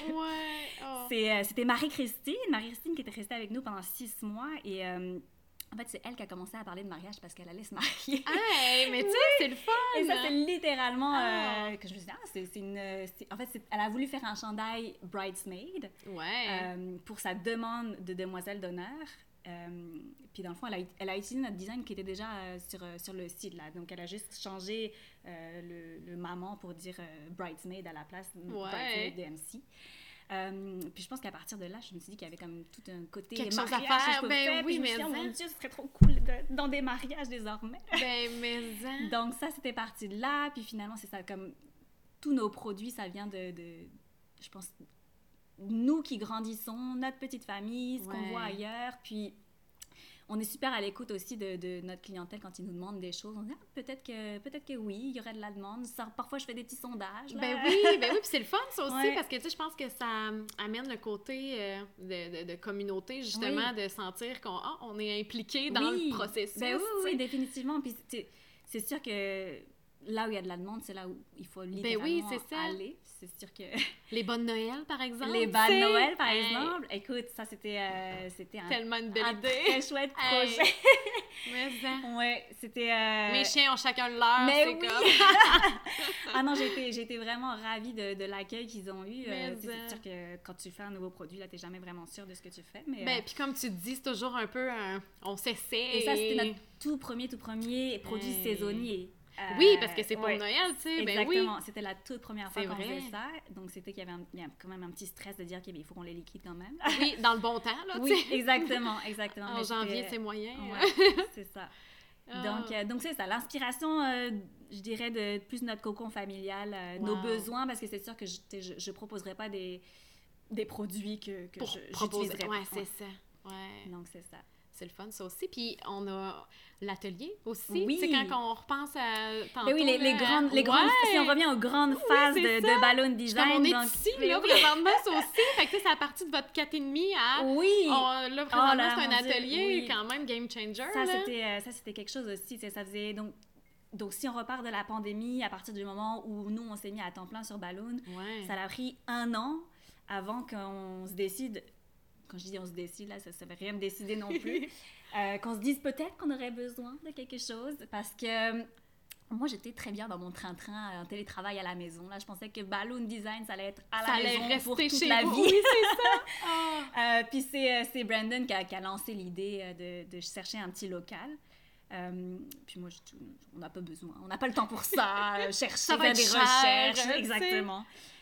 C'était Marie-Christine qui était restée avec nous pendant 6 mois et en fait, c'est elle qui a commencé à parler de mariage parce qu'elle allait se marier. Hey, mais tu sais, c'est le fun! Et ça, c'est littéralement que je me suis dit, en fait, elle a voulu faire un chandail bridesmaid pour sa demande de demoiselle d'honneur. Puis dans le fond, elle a utilisé notre design qui était déjà sur le site là. Donc elle a juste changé le maman pour dire bridesmaid à la place bridesmaid de MC. Puis je pense qu'à partir de là, je me suis dit qu'il y avait comme tout un côté quelque chose à faire. Oui, mais mon Dieu, ce serait trop cool dans des mariages désormais. Donc ça, c'était parti de là. Puis finalement, c'est ça, comme tous nos produits, ça vient de je pense, nous qui grandissons, notre petite famille, ce qu'on voit ailleurs. Puis on est super à l'écoute aussi de notre clientèle quand ils nous demandent des choses. On dit peut-être que oui, il y aurait de la demande. Ça, parfois, je fais des petits sondages. Là. Ben oui, puis c'est le fun, ça aussi, parce que tu sais, je pense que ça amène le côté de communauté, justement, de sentir qu'on est impliqué dans le processus. Ben oui, définitivement. Puis c'est sûr que là où il y a de la demande, c'est là où il faut littéralement aller. C'est sûr que... Les bonnes Noël, par exemple. Les bonnes Noël, par exemple. Écoute, ça, c'était tellement une belle idée. Très chouette projet. Mais ça... Ouais, c'était... Mes chiens ont chacun le leur, mais c'est oui. comme... Ah non, j'ai été vraiment ravie de l'accueil qu'ils ont eu. C'est sûr que quand tu fais un nouveau produit, là, t'es jamais vraiment sûre de ce que tu fais. Mais, puis comme tu dis, c'est toujours un peu on s'essaie. Et ça, c'était notre tout premier produit saisonnier. Oui, parce que c'est pour Noël, tu sais. Exactement. C'était la toute première fois qu'on vrai. faisait ça. Donc, c'était qu'il y a quand même un petit stress de dire qu'il faut qu'on les liquide quand même. Oui, dans le bon temps, là, tu sais. Oui, exactement. En janvier, c'est moyen. Ouais, c'est ça. Donc c'est ça. L'inspiration, je dirais, de plus notre cocon familial, nos besoins, parce que c'est sûr que je proposerais pas des produits que j'utiliserais. Ouais, c'est ça. Ouais. Donc, c'est ça. C'est le fun, ça aussi. Puis, on a l'atelier aussi. Oui. Tu sais, quand on repense à tantôt... Mais oui, les grandes... Si on revient aux grandes phases de Balloon Design... On est ici, là, présentement, ça aussi. Fait que c'est à partir de votre 4,5 à... Oui! Là, présentement, c'est un atelier quand même game changer. Ça, c'était quelque chose aussi. Ça faisait... Donc, si on repart de la pandémie, à partir du moment où nous, on s'est mis à temps plein sur Balloon, ça a pris 1 an avant qu'on se décide... Quand je dis on se décide, là, ça ne veut rien me décider non plus. Qu'on se dise peut-être qu'on aurait besoin de quelque chose. Parce que moi, j'étais très bien dans mon train-train en télétravail à la maison. Là, je pensais que Balloon Design, ça allait être à la maison pour toute la vie. Oui, c'est ça. Puis c'est Brandon qui a lancé l'idée de chercher un petit local. Puis moi, on n'a pas besoin. On n'a pas le temps pour ça. Chercher, ça faire des recherches. Exactement.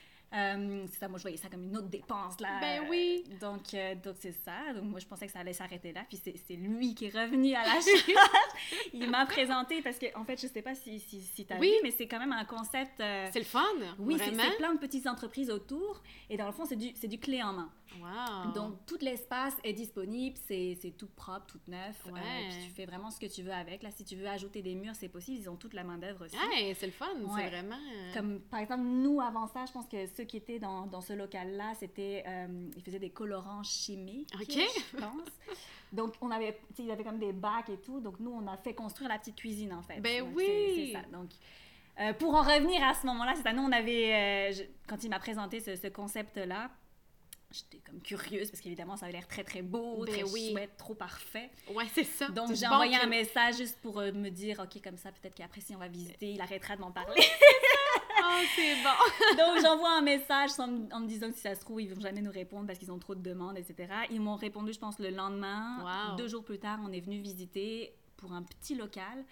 C'est ça, moi je voyais ça comme une autre dépense là. Ben oui. Donc c'est ça. Donc moi je pensais que ça allait s'arrêter là. Puis c'est lui qui est revenu à la charge. Il m'a présenté parce que en fait je sais pas si t'as vu, mais c'est quand même un concept. C'est le fun. Oui, c'est plein de petites entreprises autour. Et dans le fond c'est du clé en main. Wow. Donc tout l'espace est disponible. C'est tout propre, tout neuf. Ouais. Puis tu fais vraiment ce que tu veux avec. Là si tu veux ajouter des murs c'est possible. Ils ont toute la main d'œuvre aussi. Ouais, c'est le fun. Ouais. C'est vraiment. Comme par exemple nous avant ça, je pense que ceux qui étaient dans ce local-là, c'était... ils faisaient des colorants chimiques, je pense. Donc, il y avait comme des bacs et tout. Donc, nous, on a fait construire la petite cuisine, en fait. Ben donc, oui! C'est ça. Donc, pour en revenir à ce moment-là, c'est ça. Nous, on avait... quand il m'a présenté ce concept-là, j'étais comme curieuse parce qu'évidemment, ça avait l'air très, très beau, très chouette, trop parfait. Ouais, c'est ça. Donc, j'ai envoyé un message juste pour me dire, OK, comme ça, peut-être qu'après, si on va visiter, il arrêtera de m'en parler. Oh, c'est bon! Donc, j'envoie un message en me disant que si ça se trouve, ils vont jamais nous répondre parce qu'ils ont trop de demandes, etc. Ils m'ont répondu, je pense, le lendemain. Wow. 2 jours plus tard, on est venu visiter pour un petit local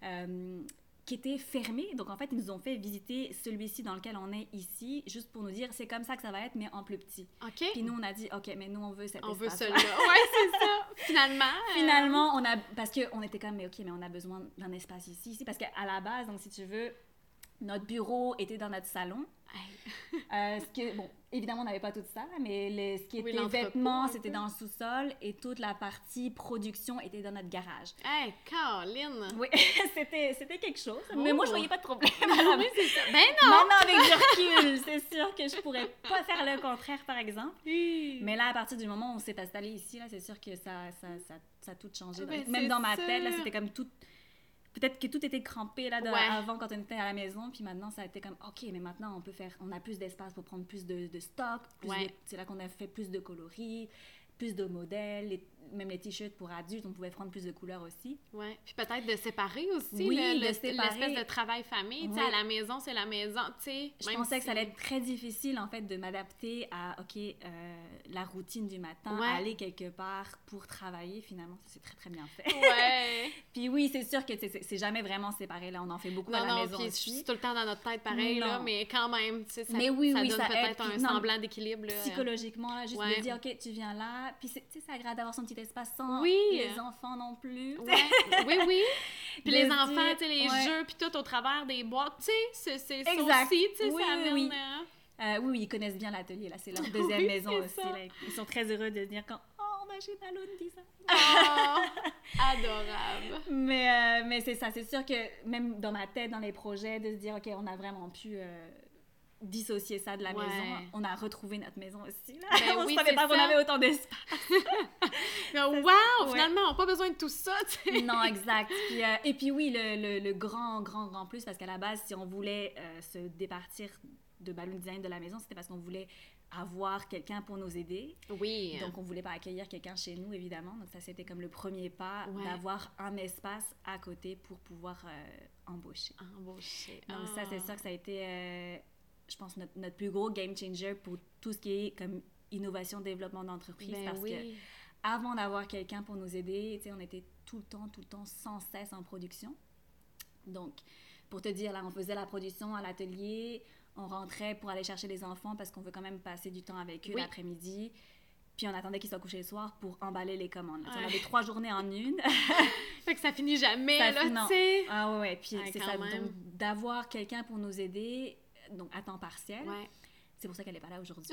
qui était fermé. Donc, en fait, ils nous ont fait visiter celui-ci dans lequel on est ici, juste pour nous dire, c'est comme ça que ça va être, mais en plus petit. OK. Puis nous, on a dit, OK, mais nous, on veut cet espace. On veut celui-là. Ouais, c'est ça. Finalement, parce qu'on était comme, mais OK, mais on a besoin d'un espace ici. Parce qu'à la base, donc, si tu veux, notre bureau était dans notre salon. Bon, évidemment, on n'avait pas tout ça, mais ce qui était vêtements, c'était dans le sous-sol et toute la partie production était dans notre garage. Hey, Caroline! Oui, c'était quelque chose. Mais moi, je voyais pas de problème. Oui, c'est ça. Ben non! Maintenant, avec du recul, c'est sûr que je pourrais pas faire le contraire, par exemple. Oui. Mais là, à partir du moment où on s'est installé ici, là, c'est sûr que ça a tout changé. Ben, même dans ma tête, là, c'était comme tout... Peut-être que tout était crampé là, avant quand on était à la maison, puis maintenant ça a été comme OK, mais maintenant on a plus d'espace pour prendre plus de stock, c'est là qu'on a fait plus de coloris, plus de modèles, même les t-shirts pour adultes, on pouvait prendre plus de couleurs aussi. Oui, puis peut-être de séparer aussi l'espèce de travail-famille, tu sais, à la maison, c'est la maison, tu sais. Je pensais que ça allait être très difficile, en fait, de m'adapter à, la routine du matin, aller quelque part pour travailler, finalement, ça s'est très, très bien fait. Ouais! Puis oui, c'est sûr que c'est jamais vraiment séparé, là, on en fait beaucoup à la maison aussi. Puis tout le temps dans notre tête, pareil, là, mais quand même, tu sais, ça donne ça peut-être un semblant d'équilibre. Psychologiquement, là, juste de dire, OK, tu viens là, puis tu sais, c'est agréable d'avoir son petit espace sans les enfants non plus. Oui. Puis les enfants, tu sais, les jeux, puis tout au travers des boîtes, tu sais, c'est ça aussi, tu sais, ça amène... Oui, ils connaissent bien l'atelier, là, c'est leur deuxième maison aussi. Là. Ils sont très heureux de dire quand on va chez Balloon Design. Oh, adorable. Mais c'est ça, c'est sûr que même dans ma tête, dans les projets, de se dire, OK, on a vraiment pu... dissocier ça de la maison. On a retrouvé notre maison aussi. Là. On ne savait pas qu'on avait autant d'espace. Wow! Finalement, on n'a pas besoin de tout ça, tu sais. Non, exact. Puis, et puis oui, le grand plus, parce qu'à la base, si on voulait se départir de Balloon Design de la maison, c'était parce qu'on voulait avoir quelqu'un pour nous aider. Oui. Donc, on ne voulait pas accueillir quelqu'un chez nous, évidemment. Donc, ça, c'était comme le premier pas, d'avoir un espace à côté pour pouvoir embaucher. Donc, ça, c'est sûr que ça a été, je pense, notre plus gros game changer pour tout ce qui est comme innovation, développement d'entreprise. Parce que avant d'avoir quelqu'un pour nous aider, on était tout le temps, sans cesse en production. Donc, pour te dire, là, on faisait la production à l'atelier, on rentrait pour aller chercher les enfants parce qu'on veut quand même passer du temps avec eux l'après-midi. Puis on attendait qu'ils soient couchés le soir pour emballer les commandes. On avait 3 journées en une. Fait que ça finit jamais, là, tu sais. Ah ouais, puis c'est ça. Même. Donc, d'avoir quelqu'un pour nous aider, donc à temps partiel. Ouais. C'est pour ça qu'elle n'est pas là aujourd'hui.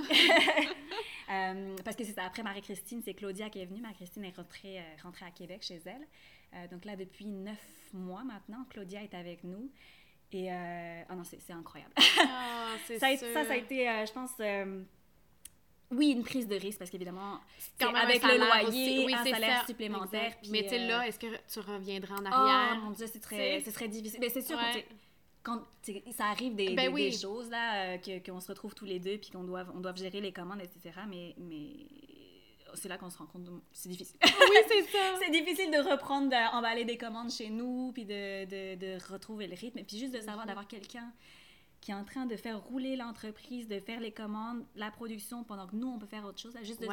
Parce que c'est ça. Après Marie-Christine, c'est Claudia qui est venue. Marie-Christine est rentrée à Québec chez elle. Donc là, depuis 9 mois maintenant, Claudia est avec nous. Et oh non, c'est incroyable. C'est ça a été, je pense, oui, une prise de risque parce qu'évidemment, avec le loyer, un salaire supplémentaire. Puis, mais tu sais, là, est-ce que tu reviendras en arrière? Oh mon Dieu, ce serait difficile. Mais c'est sûr quand ça arrive des choses là, qu'on se retrouve tous les deux puis on doit gérer les commandes, etc. Mais c'est là qu'on se rend compte, c'est difficile. Oui, c'est ça. C'est difficile de reprendre, d'emballer des commandes chez nous, puis de retrouver le rythme. Et puis juste de savoir d'avoir quelqu'un qui est en train de faire rouler l'entreprise, de faire les commandes, la production, pendant que nous, on peut faire autre chose. Là, juste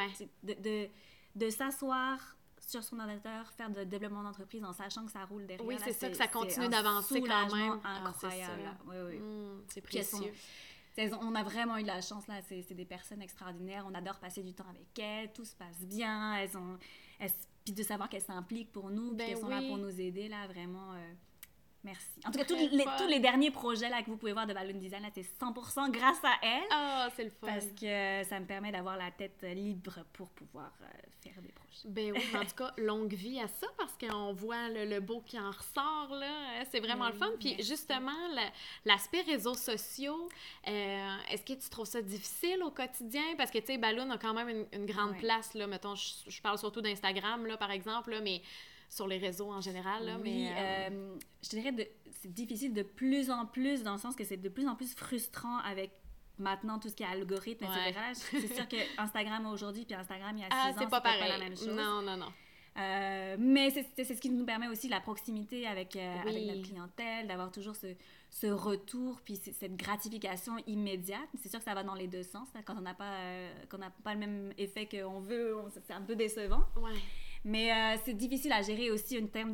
de s'asseoir sur son ordinateur, faire de développement d'entreprise en sachant que ça roule derrière. Oui, c'est ça, que ça continue d'avancer quand même. Incroyable. Oui. C'est précieux. On a vraiment eu de la chance, là. C'est des personnes extraordinaires. On adore passer du temps avec elles. Tout se passe bien. Puis de savoir qu'elles s'impliquent pour nous, puis qu'elles sont là pour nous aider, là, vraiment... Merci. En tout cas, tous les derniers projets là, que vous pouvez voir de Balloon Design, là, c'est 100% grâce à elle. Ah, c'est le fun. Parce que ça me permet d'avoir la tête libre pour pouvoir faire des projets. Ben oui, en tout cas, longue vie à ça, parce qu'on voit le beau qui en ressort, là. C'est vraiment le fun. Puis justement, l'aspect réseaux sociaux, est-ce que tu trouves ça difficile au quotidien? Parce que, tu sais, Balloon a quand même une grande place, là. Mettons, je parle surtout d'Instagram, là, par exemple, là, mais... sur les réseaux en général, là, oui, je te dirais c'est difficile de plus en plus, dans le sens que c'est de plus en plus frustrant avec maintenant tout ce qui est algorithme, etc. C'est sûr que Instagram aujourd'hui, puis Instagram il y a 6 ans, c'est pas pareil. Pas la même chose. Non. Mais c'est ce qui nous permet aussi la proximité avec notre clientèle, d'avoir toujours ce retour, puis cette gratification immédiate. C'est sûr que ça va dans les deux sens. Là, quand on n'a pas le même effet qu'on veut, c'est un peu décevant. Ouais. Mais c'est difficile à gérer aussi en termes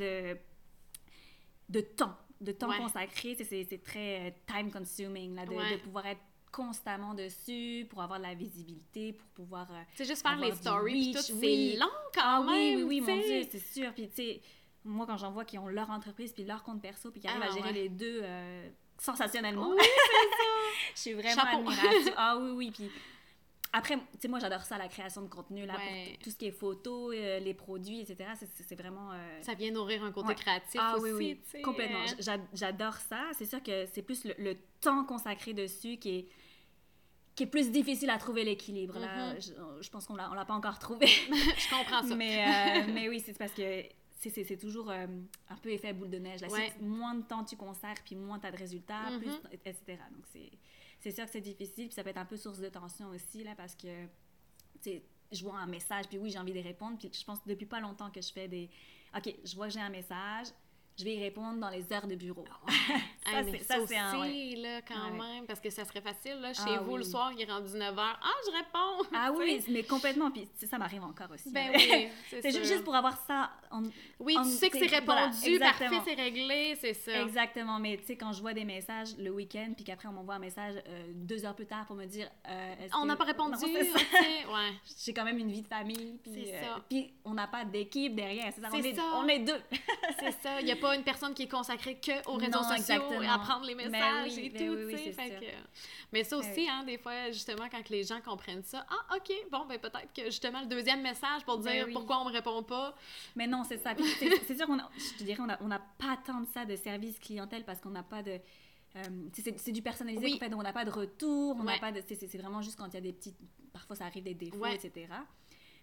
de temps consacré. C'est très time consuming là, de pouvoir être constamment dessus pour avoir de la visibilité, pour pouvoir c'est juste faire les stories, tout, c'est long quand même. Oui, mon Dieu, c'est sûr. Puis tu sais, moi quand j'en vois qui ont leur entreprise puis leur compte perso puis qui arrivent à gérer les deux sensationnellement. Oui, c'est ça. Je suis vraiment admirative. Oui. Puis après, tu sais, moi, j'adore ça, la création de contenu, là, pour tout ce qui est photos, les produits, etc. C'est vraiment... Ça vient nourrir un côté créatif aussi, oui, complètement. J'adore ça. C'est sûr que c'est plus le temps consacré dessus qui est plus difficile à trouver l'équilibre, là. Je pense qu'on l'a pas encore trouvé. Je comprends ça. Mais oui, c'est parce que c'est toujours un peu effet boule de neige, là. Moins de temps tu consacres, puis moins tu as de résultats, plus, etc. Donc, c'est sûr que c'est difficile, puis ça peut être un peu source de tension aussi, là, parce que, tu sais, je vois un message, puis oui, j'ai envie d'y répondre, puis je pense depuis pas longtemps que je fais OK, je vois que j'ai un message, je vais y répondre dans les heures de bureau. ça, c'est un... là, quand même, parce que ça serait facile, là, chez vous, le soir, il est rendu 9h. Ah, je réponds! Ah oui, mais complètement, puis ça m'arrive encore aussi. Ben oui, c'est juste pour avoir ça... tu sais que c'est répondu, parfait, c'est réglé, c'est ça. Exactement, mais tu sais, quand je vois des messages le week-end, puis qu'après, on m'envoie un message 2 heures plus tard pour me dire... on n'a pas répondu, ouais. J'ai quand même une vie de famille, puis on n'a pas d'équipe derrière, c'est ça, on est deux. C'est ça, il n'y a pas une personne qui est consacrée qu'aux réseaux sociaux et à prendre les messages et tout, tu sais. Mais ça aussi, des fois, justement, quand les gens comprennent ça, OK, bon, ben peut-être que justement le deuxième message pour dire pourquoi on me répond pas. Mais non, c'est ça. C'est sûr je te dirais, on n'a pas tant de ça de service clientèle parce qu'on n'a pas de... c'est du personnalisé, en fait, donc on n'a pas de retour, on n'a pas de... C'est vraiment juste quand il y a des petits... Parfois, ça arrive des défauts, etc.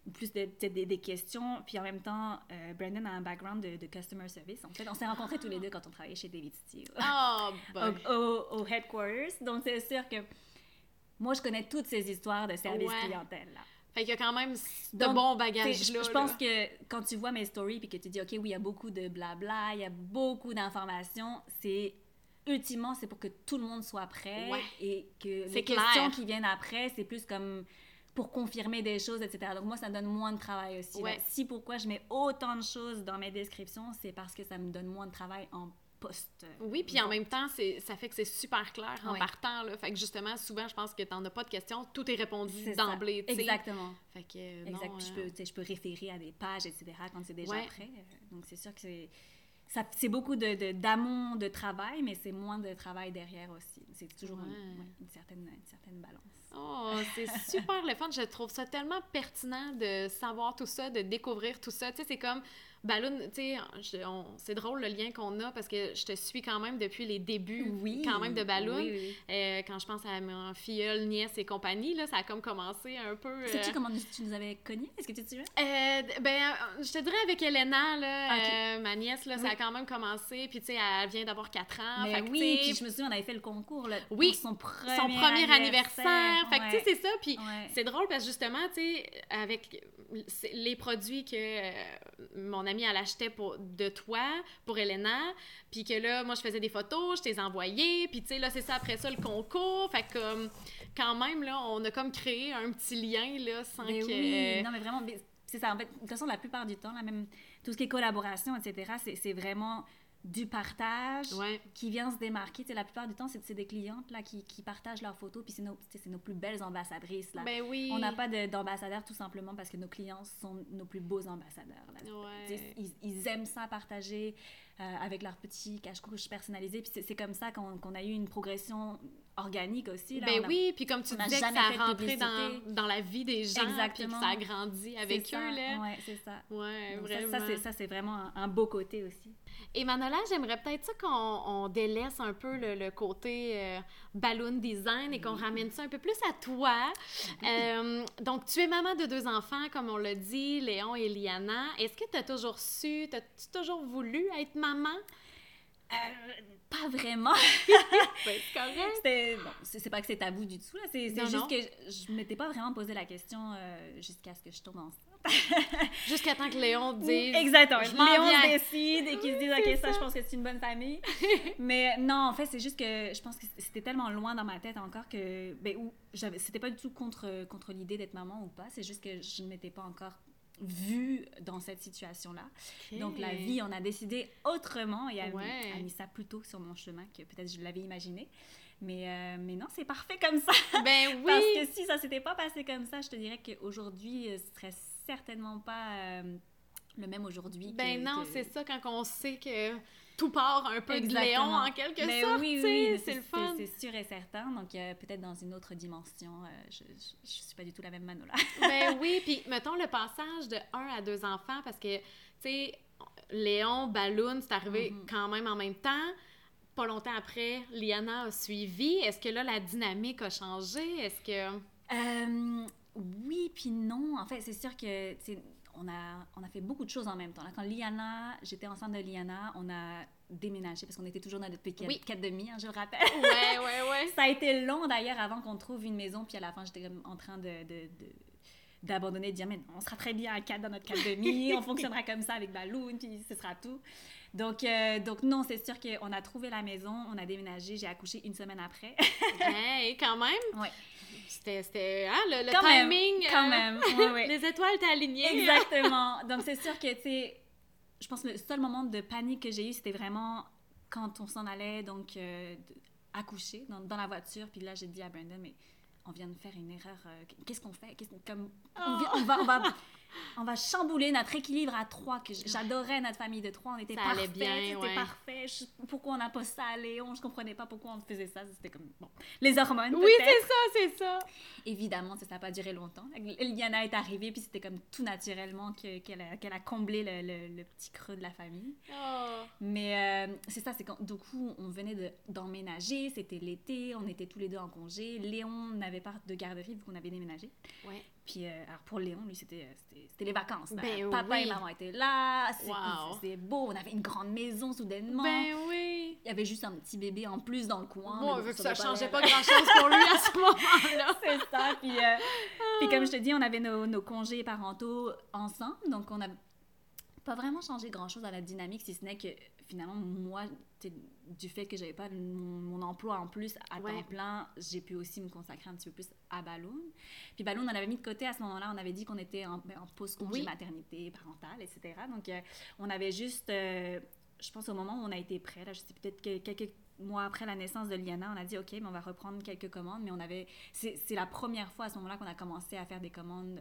plus des questions. Puis en même temps, Brandon a un background de customer service. En fait, on s'est rencontrés tous les deux quand on travaillait chez David Steele au headquarters. Donc, c'est sûr que moi, je connais toutes ces histoires de service clientèle, là. Fait qu'il y a quand même de bons bagages là. Je pense que quand tu vois mes stories puis que tu dis, OK, oui, il y a beaucoup de blabla, il y a beaucoup d'informations, ultimement, c'est pour que tout le monde soit prêt et que les questions qui viennent après, c'est plus comme pour confirmer des choses, etc. Donc moi, ça me donne moins de travail aussi. Donc, pourquoi je mets autant de choses dans mes descriptions, c'est parce que ça me donne moins de travail en post. Oui, puis en même temps, ça fait que c'est super clair en partant. Là. Fait que justement, souvent, je pense que t'en as pas de questions, tout est répondu d'emblée. Exactement. Fait que, exact. Je peux référer à des pages, etc. quand c'est déjà prêt. Donc c'est sûr que c'est beaucoup d'amont de travail, mais c'est moins de travail derrière aussi. C'est toujours une certaine balance. Oh, c'est super le fun. Je trouve ça tellement pertinent de savoir tout ça, de découvrir tout ça. Tu sais, c'est comme Balloon, tu sais, c'est drôle le lien qu'on a parce que je te suis quand même depuis les débuts quand même de Balloon. Quand je pense à ma filleule, nièce et compagnie, là, ça a comme commencé un peu... Sais-tu comment tu nous avais connus? Est-ce que tu te souviens? Je te dirais avec Elena, là, ma nièce, là, ça a quand même commencé. Puis, tu sais, elle vient d'avoir 4 ans. Mais puis je me souviens, on avait fait le concours là, pour son premier anniversaire. Fait que, tu sais, c'est ça. Puis, c'est drôle parce que justement, tu sais, avec les produits que mon amie, elle achetait de toi, pour Elena, puis que là, moi, je faisais des photos, je t'ai envoyées, puis tu sais, là, c'est ça, après ça, le concours. Fait que, quand même, là, on a comme créé un petit lien, là, sans que... Oui, non, mais vraiment, c'est ça. En fait, de toute façon, la plupart du temps, là, même tout ce qui est collaboration, etc., c'est vraiment du partage qui vient se démarquer. Tu sais, la plupart du temps, c'est des clientes là, qui partagent leurs photos, puis c'est nos plus belles ambassadrices. Là. Ben oui. On n'a pas d'ambassadeurs tout simplement parce que nos clients sont nos plus beaux ambassadeurs. Là. Ils aiment ça partager avec leurs petits cache-couches personnalisés, puis c'est comme ça qu'on a eu une progression organique aussi. Là. Oui, puis comme tu disais que ça a rentré dans la vie des gens, puis que ça a grandi avec eux. Oui, c'est ça. Ouais, donc vraiment. Ça, c'est vraiment un beau côté aussi. Et Manola, j'aimerais peut-être ça qu'on délaisse un peu le côté balloon design et qu'on ramène ça un peu plus à toi. Donc, tu es maman de 2 enfants, comme on l'a dit, Léon et Liana. Est-ce que tu as t'as-tu toujours voulu être maman? Pas vraiment. C'est correct. C'est pas que c'est tabou du tout. Là. C'est juste que je m'étais pas vraiment posé la question jusqu'à ce que je tombe enceinte. Jusqu'à temps que Léon dise... Exactement. Léon décide et qu'il se dise « OK, ça, je pense que c'est une bonne famille. » Mais non, en fait, c'est juste que je pense que c'était tellement loin dans ma tête encore que... c'était pas du tout contre l'idée d'être maman ou pas. C'est juste que je ne m'étais pas encore vue dans cette situation-là. Okay. Donc, la vie, on a décidé autrement et a mis ça plus tôt sur mon chemin que peut-être je l'avais imaginé. Mais non, c'est parfait comme ça. Ben oui! Parce que si ça s'était pas passé comme ça, je te dirais qu'aujourd'hui, ce serait certainement pas le même aujourd'hui. C'est ça, quand on sait que tout part un peu de Léon, en quelque sorte. Oui, c'est le fun. C'est sûr et certain. Donc, peut-être dans une autre dimension, je suis pas du tout la même Manola. Ben oui, puis mettons le passage de 1 à 2 enfants, parce que, tu sais, Léon, Balloon, c'est arrivé quand même en même temps. Pas longtemps après, Liana a suivi. Est-ce que là, la dynamique a changé? Est-ce que... oui, puis non. En fait, c'est sûr que on a fait beaucoup de choses en même temps. Là, quand j'étais enceinte de Liana, on a déménagé parce qu'on était toujours dans notre petit 4,5, je le rappelle. Ouais. Ça a été long d'ailleurs avant qu'on trouve une maison, puis à la fin, j'étais en train d'abandonner, de dire mais on sera très bien à 4 dans notre 4,5, on fonctionnera comme ça avec Balloon, puis ce sera tout. Donc non, c'est sûr qu'on a trouvé la maison, on a déménagé, j'ai accouché 1 semaine après. Hey, quand même! Oui. C'était le timing. Quand même. Oui. Les étoiles étaient alignées. Exactement. Donc, c'est sûr que, tu sais, je pense que le seul moment de panique que j'ai eu, c'était vraiment quand on s'en allait, donc, accoucher dans la voiture. Puis là, j'ai dit à Brandon, mais on vient de faire une erreur. Qu'est-ce qu'on fait? On va chambouler notre équilibre à 3, que j'adorais notre famille de 3, on était parfaits, c'était parfait. Pourquoi on n'a pas ça à Léon? Je comprenais pas pourquoi on faisait ça, c'était comme, les hormones peut-être. Oui, c'est ça. Évidemment, ça n'a pas duré longtemps. Liana est arrivée, puis c'était comme tout naturellement qu'elle a comblé le petit creux de la famille. Oh. Mais c'est ça, c'est quand, du coup, on venait d'emménager, c'était l'été, on était tous les deux en congé. Léon n'avait pas de garderie vu qu'on avait déménagé. Ouais. Puis, alors pour Léon, lui, c'était les vacances. Ben Papa oui. et maman étaient là, Wow. c'était beau, on avait une grande maison soudainement. Ben oui! Il y avait juste un petit bébé en plus dans le coin. Bon, mais vu que va ça changeait l'air. pas grand-chose pour lui à ce moment-là. C'est ça. Puis comme je te dis, on avait nos congés parentaux ensemble, donc on n'a pas vraiment changé grand-chose à la dynamique, si ce n'est que finalement, moi, du fait que j'avais pas mon emploi en plus à temps plein, j'ai pu aussi me consacrer un petit peu plus à Balloon. Puis Balloon, on l'avait mis de côté à ce moment-là, on avait dit qu'on était en post-congé maternité, parentale, etc. Donc, on avait juste, je pense au moment où on a été prêts, là, je sais peut-être que quelques mois après la naissance de Liana, on a dit OK, mais on va reprendre quelques commandes, mais on avait, c'est la première fois à ce moment-là qu'on a commencé à faire des commandes,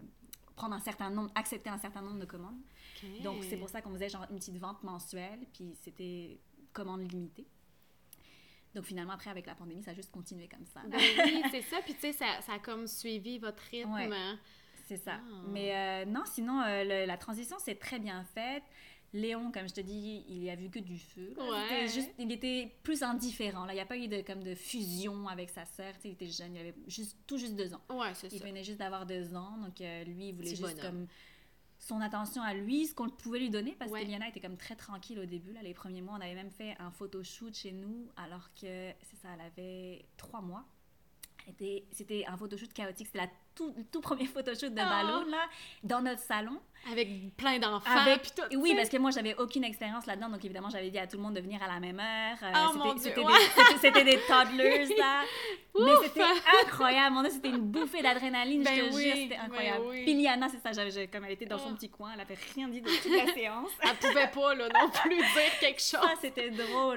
accepter un certain nombre de commandes. Okay. Donc c'est pour ça qu'on faisait genre une petite vente mensuelle, puis c'était commande limitée. Donc finalement après avec la pandémie, ça a juste continué comme ça. Ben oui, c'est ça, puis tu sais, ça a comme suivi votre rythme. Ouais, c'est ça. Mais non, sinon la transition s'est très bien faite. Léon, comme je te dis, il a vu que du feu. Il était plus indifférent. Là. Il n'y a pas eu de fusion avec sa sœur. Il était jeune, il avait tout juste 2 ans. Ouais, c'est ça. Il venait juste d'avoir 2 ans. Donc, lui, il voulait Petit juste bonhomme. comme son attention à lui, ce qu'on pouvait lui donner, parce Ouais. que Liana était comme très tranquille au début. Là, les premiers mois, on avait même fait un photoshoot chez nous, alors que, c'est ça, elle avait 3 mois. C'était un photoshoot chaotique. C'était le tout premier photoshoot de Balloon, là, dans notre salon. Avec plein d'enfants, puis tout. Oui, parce que moi, j'avais aucune expérience là-dedans. Donc, évidemment, j'avais dit à tout le monde de venir à la même heure. Mon Dieu, c'était des toddlers, là. Mais c'était incroyable. Mon Dieu, c'était une bouffée d'adrénaline, je te jure. C'était incroyable. Puis Liana, c'est ça, comme elle était dans son petit coin, elle avait rien dit de toute la séance. Elle pouvait pas, là, non plus dire quelque chose. Ah, c'était drôle.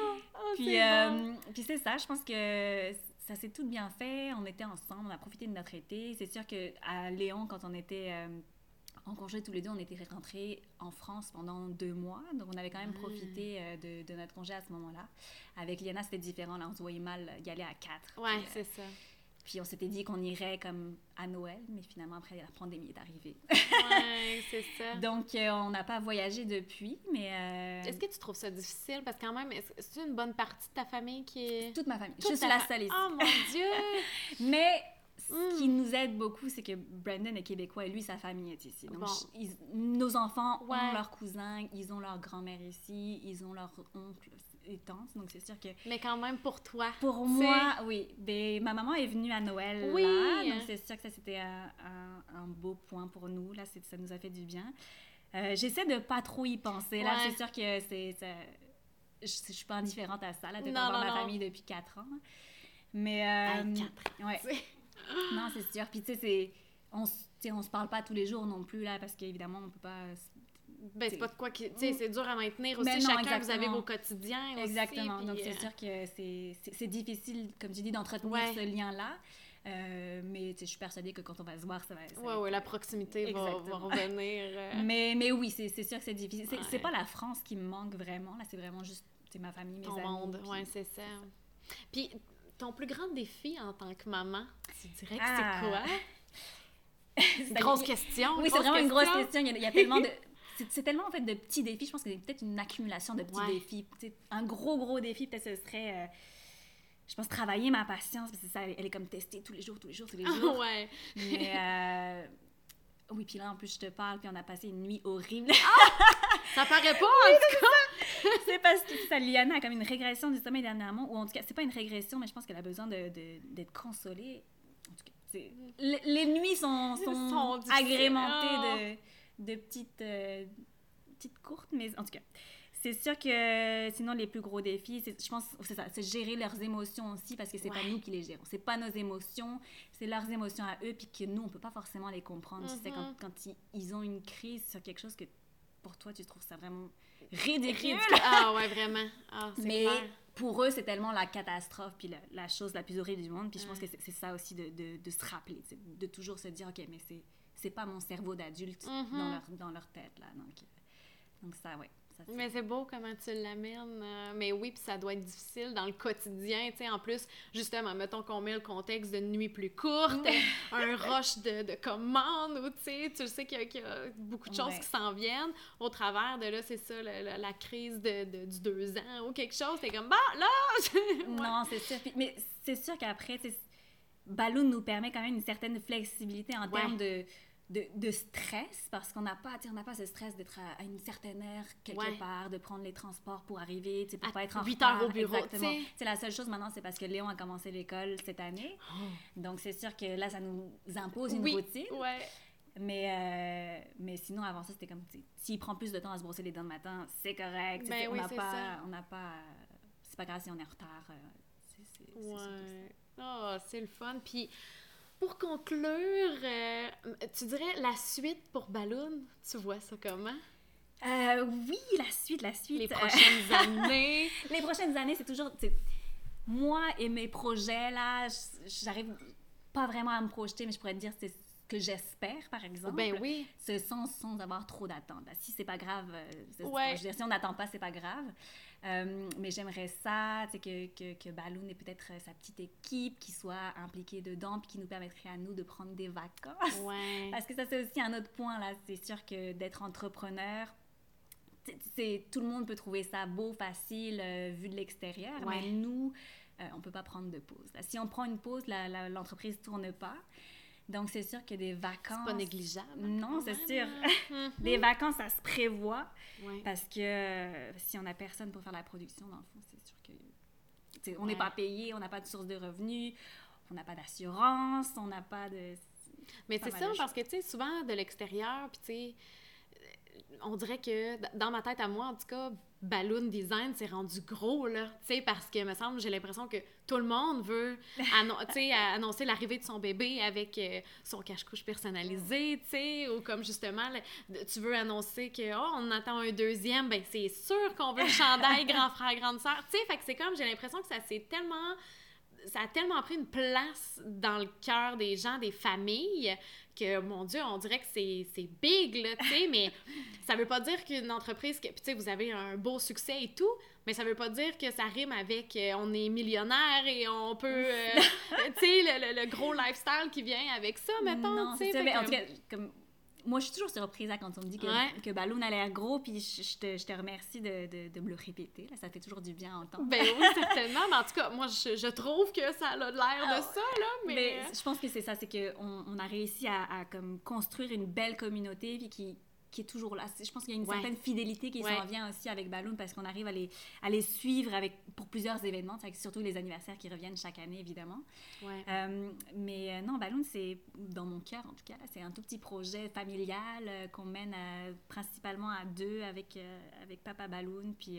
Puis c'est ça, je pense que ça s'est tout bien fait. On était ensemble, on a profité de notre été. C'est sûr qu'à Léon, quand on était en congé tous les deux, on était rentrés en France pendant 2 mois. Donc, on avait quand même profité de notre congé à ce moment-là. Avec Liana, c'était différent. Là, on se voyait mal y aller à 4. Ouais, c'est ça. Puis, on s'était dit qu'on irait comme à Noël. Mais finalement, après, la pandémie est arrivée. Ouais, c'est ça. Donc, on n'a pas voyagé depuis, mais... Est-ce que tu trouves ça difficile? Parce que quand même, c'est une bonne partie de ta famille qui est... Toute ma famille. Je suis la seule ici. Oh mon Dieu! Mais... Ce qui nous aide beaucoup, c'est que Brandon est québécois et lui, sa famille est ici. Donc, nos enfants ont leurs cousins, ils ont leur grand-mère ici, ils ont leurs oncles et tantes. Donc, c'est sûr que... Mais quand même, pour toi. Pour moi, oui. Ma maman est venue à Noël, là. Donc, c'est sûr que ça, c'était un beau point pour nous. Là, ça nous a fait du bien. J'essaie de pas trop y penser. Là, c'est sûr que je suis pas indifférente à ça, là, de voir ma famille depuis 4 ans. Mais... 4 ouais. Non, c'est sûr. Puis, tu sais, on se parle pas tous les jours non plus, là, parce qu'évidemment, on peut pas... Ben, c'est pas de quoi qui... Tu sais, c'est dur à maintenir aussi. Mais non, chacun, exactement. vous avez vos quotidiens aussi. Exactement. Puis, donc, c'est sûr que c'est difficile, comme tu dis, d'entretenir ce lien-là. Mais je suis persuadée que quand on va se voir, ça va... Ouais, la proximité va revenir. Mais oui, c'est sûr que c'est difficile. C'est pas la France qui me manque vraiment. Là, c'est vraiment juste ma famille, mes amis. Ton monde, ouais, c'est ça. Puis... Ton plus grand défi en tant que maman, tu dirais que c'est quoi? C'est une grosse question. Oui, c'est vraiment une grosse question. Il y a tellement de... C'est tellement, en fait, de petits défis. Je pense que c'est peut-être une accumulation de petits défis. Un gros défi, peut-être, ce serait... je pense travailler ma patience, parce que ça, elle est comme testée tous les jours. Ouais. Mais... oui, puis là, en plus, je te parle, puis on a passé une nuit horrible. Ça paraît pas, en tout cas! C'est parce que ça, Liana a comme une régression du sommeil dernièrement, ou en tout cas, c'est pas une régression, mais je pense qu'elle a besoin d'être consolée. En tout cas, les nuits sont agrémentées de petites courtes, mais en tout cas, c'est sûr que sinon, les plus gros défis, je pense, c'est ça, c'est gérer leurs émotions aussi, parce que c'est pas nous qui les gérons. C'est pas nos émotions, c'est leurs émotions à eux, puis que nous, on peut pas forcément les comprendre. Tu sais, quand ils ont une crise sur quelque chose que pour toi, tu trouves ça vraiment ridicule. Ah ouais, vraiment. Mais clair. pour eux, c'est tellement la catastrophe, puis la chose la plus horrible du monde. Puis je pense que c'est ça aussi de se rappeler, de toujours se dire, OK, mais c'est pas mon cerveau d'adulte dans leur tête, là. Donc ça, ouais. Mais c'est beau comment tu l'amènes. Mais oui, puis ça doit être difficile dans le quotidien, tu sais. En plus, justement, mettons qu'on met le contexte de nuit plus courte, un rush de commandes, ou tu sais qu'il y a beaucoup de choses qui s'en viennent. Au travers de là, c'est ça, la crise du 2 ans ou quelque chose. T'es comme, bah, là! Non, c'est sûr. Mais c'est sûr qu'après, Balloon nous permet quand même une certaine flexibilité en termes de stress, parce qu'on n'a pas ce stress d'être à une certaine heure quelque part, de prendre les transports pour arriver, pour pas être en 8 retard. heures au bureau. Exactement. La seule chose maintenant, c'est parce que Léon a commencé l'école cette année. Donc, c'est sûr que là, ça nous impose une routine. Mais sinon, avant ça, c'était comme, s'il prend plus de temps à se brosser les dents le matin, c'est correct. On n'a pas... c'est pas grave si on est en retard. C'est le fun. Puis, pour conclure, tu dirais la suite pour Balloon, tu vois ça comment? Oui, la suite. Les prochaines années. Les prochaines années, c'est toujours... moi et mes projets, là, j'arrive pas vraiment à me projeter, mais je pourrais te dire, c'est ce que j'espère, par exemple. Ben oui. C'est sans avoir trop d'attentes. Si c'est pas grave, je veux dire, si on n'attend pas, c'est pas grave. Mais j'aimerais ça, que Balloon ait peut-être sa petite équipe qui soit impliquée dedans, puis qui nous permettrait à nous de prendre des vacances. Parce que ça, c'est aussi un autre point, là. C'est sûr que d'être entrepreneur, tout le monde peut trouver ça beau, facile, vu de l'extérieur, mais nous, on peut pas prendre de pause. Là, si on prend une pause, l'entreprise tourne pas. Donc, c'est sûr que des vacances... C'est pas négligeable. Non, c'est sûr. Des vacances, ça se prévoit. Parce que si on n'a personne pour faire la production, dans le fond, c'est sûr que... on n'est pas payé, on n'a pas de source de revenus, on n'a pas d'assurance, on n'a pas de... Mais c'est ça, parce que, tu sais, souvent, de l'extérieur, puis tu sais... On dirait que, dans ma tête à moi, en tout cas, Balloon Design, c'est rendu gros, là, tu sais, parce que, me semble, j'ai l'impression que tout le monde veut, annoncer l'arrivée de son bébé avec son cache-couche personnalisé, tu sais, ou comme, justement, tu veux annoncer on attend un deuxième, ben c'est sûr qu'on veut le chandail grand frère, grande sœur, tu sais, fait que c'est comme, j'ai l'impression que ça a tellement pris une place dans le cœur des gens, des familles, que, mon Dieu, on dirait que c'est big, là, tu sais, mais ça veut pas dire qu'une entreprise... Puis, tu sais, vous avez un beau succès et tout, mais ça veut pas dire que ça rime avec on est millionnaire et on peut... tu sais, le gros lifestyle qui vient avec ça, mettons, tu sais. En tout cas, comme... Moi, je suis toujours surprise quand on me dit que Balloon a l'air gros, puis je te remercie de me le répéter. Là, ça fait toujours du bien à entendre. Ben oui, certainement. Mais en tout cas, moi, je trouve que ça a l'air de ça, là. Mais je pense que c'est ça, c'est qu'on a réussi à comme, construire une belle communauté, puis qui est toujours là. Je pense qu'il y a une certaine fidélité qui s'en vient aussi avec Balloon, parce qu'on arrive à les suivre pour plusieurs événements, surtout les anniversaires qui reviennent chaque année, évidemment. Mais non, Balloon, c'est, dans mon cœur en tout cas, là, c'est un tout petit projet familial qu'on mène principalement à deux avec Papa Balloon. Puis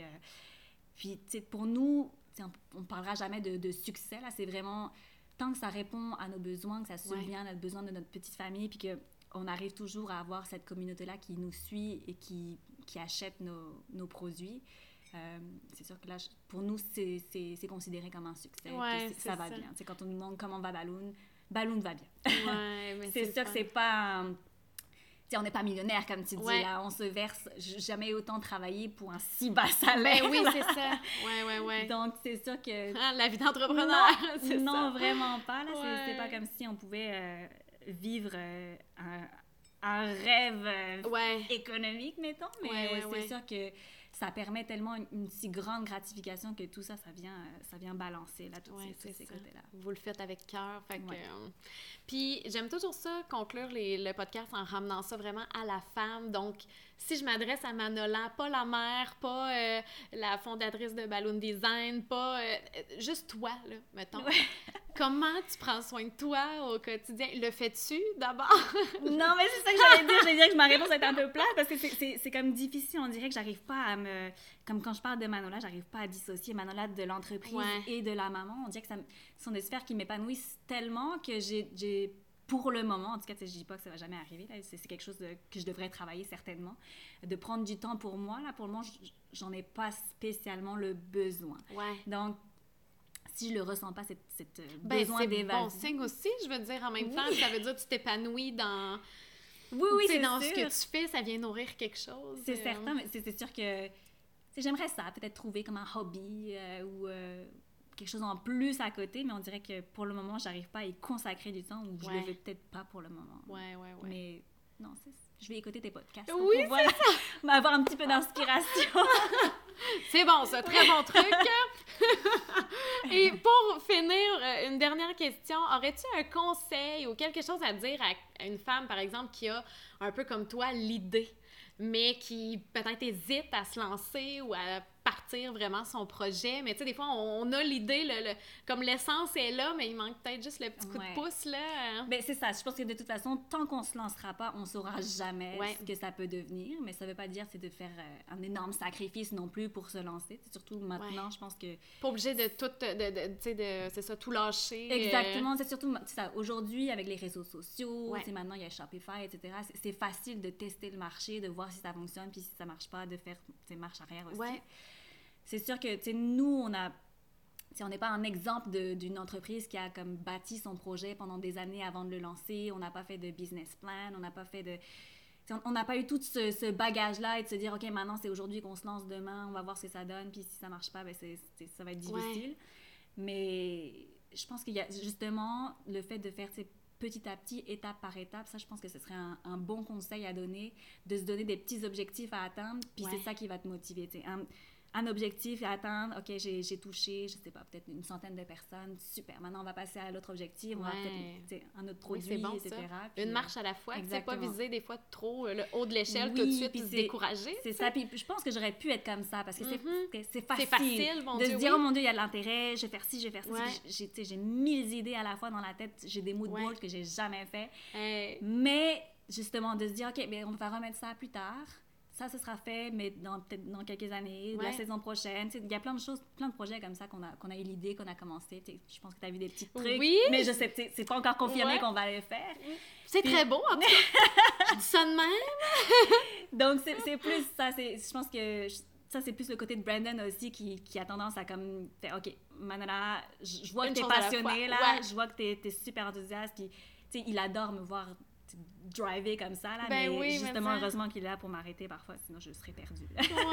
pour nous, on ne parlera jamais de succès, là, c'est vraiment... Tant que ça répond à nos besoins, que ça subvient à notre besoin de notre petite famille, puis qu'on arrive toujours à avoir cette communauté-là qui nous suit et qui achète nos produits, c'est sûr que là, pour nous, c'est considéré comme un succès. Ça va bien. Quand on nous demande comment va Balloon va bien. Mais c'est sûr que c'est pas... on n'est pas millionnaire, comme tu dis, là, on se verse jamais autant travailler pour un si bas salaire. Ben oui, c'est ça. Donc, c'est sûr que... la vie d'entrepreneur, c'est ça. Non, vraiment pas. Là, c'est pas comme si on pouvait vivre un rêve économique, mettons, mais c'est sûr que ça permet tellement une si grande gratification que tout ça, ça vient balancer là, tous ces côtés-là. Vous le faites avec cœur. Puis j'aime toujours ça, conclure le podcast en ramenant ça vraiment à la femme. Donc, si je m'adresse à Manola, pas la mère, pas la fondatrice de Balloon Design, pas juste toi, là, mettons. Comment tu prends soin de toi au quotidien? Le fais-tu d'abord? Non, mais c'est ça que j'allais dire. J'allais dire que ma réponse est un peu plate parce que c'est comme difficile. On dirait que j'arrive pas à me... Comme quand je parle de Manola, j'arrive pas à dissocier Manola de l'entreprise et de la maman. On dirait que ce sont des sphères qui m'épanouissent tellement que j'ai pour le moment, en tout cas, je dis pas que ça va jamais arriver. Là, c'est quelque chose que je devrais travailler certainement. De prendre du temps pour moi. Là, pour le moment, j'en ai pas spécialement le besoin. Donc, si je le ressens pas, cette besoin d'évasion. C'est bon signe aussi, je veux dire, en même temps, ça veut dire que tu t'épanouis dans... Oui, c'est dans sûr. Ce que tu fais, ça vient nourrir quelque chose. C'est certain, mais c'est sûr que j'aimerais ça, peut-être trouver comme un hobby ou quelque chose en plus à côté, mais on dirait que pour le moment, j'arrive pas à y consacrer du temps ou je le veux peut-être pas pour le moment. Mais non, je vais écouter tes podcasts pour pouvoir avoir un petit peu d'inspiration. C'est bon, ça, très bon truc. Et pour finir, une dernière question. Aurais-tu un conseil ou quelque chose à dire à une femme, par exemple, qui a un peu comme toi l'idée, mais qui peut-être hésite à se lancer ou à partir vraiment son projet? Mais tu sais, des fois, on a l'idée, comme l'essence est là, mais il manque peut-être juste le petit coup de pouce, là. Ben, c'est ça. Je pense que de toute façon, tant qu'on se lancera pas, on saura jamais ce que ça peut devenir. Mais ça veut pas dire de faire un énorme sacrifice non plus pour se lancer. C'est surtout maintenant, je pense que... Pas obligé de tout, c'est ça, tout lâcher. Exactement. C'est surtout ça. Aujourd'hui, avec les réseaux sociaux, maintenant, il y a Shopify, etc. C'est facile de tester le marché, de voir si ça fonctionne, puis si ça marche pas, de faire marche arrière aussi. Ouais. C'est sûr que, nous, on n'est pas un exemple d'une entreprise qui a comme bâti son projet pendant des années avant de le lancer. On n'a pas fait de business plan, on n'a pas fait de... On n'a pas eu tout ce bagage-là et de se dire, OK, maintenant, c'est aujourd'hui qu'on se lance, demain, on va voir ce que ça donne, puis si ça marche pas, ben ça va être difficile. Ouais. Mais je pense qu'il y a justement le fait de faire petit à petit, étape par étape, ça, je pense que ce serait un bon conseil à donner, de se donner des petits objectifs à atteindre, puis c'est ça qui va te motiver, un objectif à atteindre, OK, j'ai touché, je sais pas, peut-être une centaine de personnes, super, maintenant on va passer à l'autre objectif, on va peut-être un autre produit, c'est bon, etc. Puis, une marche à la fois, tu sais, pas viser des fois trop le haut de l'échelle tout de suite, puis se décourager. C'est ça, puis je pense que j'aurais pu être comme ça, parce que c'est facile mon Dieu, se dire, oh mon Dieu, il y a de l'intérêt, je vais faire ci, je vais faire ça, j'ai 1000 idées à la fois dans la tête, j'ai des mood boards que j'ai jamais fait, mais justement, de se dire, OK, ben, on va remettre ça plus tard. Ça, ce sera fait, mais peut-être dans quelques années, la saison prochaine. Il y a plein de choses, plein de projets comme ça qu'on a eu l'idée, qu'on a commencé. Je pense que tu as vu des petits trucs, mais je sais, c'est pas encore confirmé qu'on va les faire. C'est très beau, en tout cas. Je dis ça de même. Donc, c'est plus ça. Je pense que ça, c'est plus le côté de Brandon aussi qui a tendance à comme faire, OK, Manuela, je vois que tu es passionnée, là. Je vois que tu es super enthousiaste. Puis, il adore me voir driver comme ça, là, mais justement, heureusement qu'il est là pour m'arrêter parfois, sinon je serais perdue.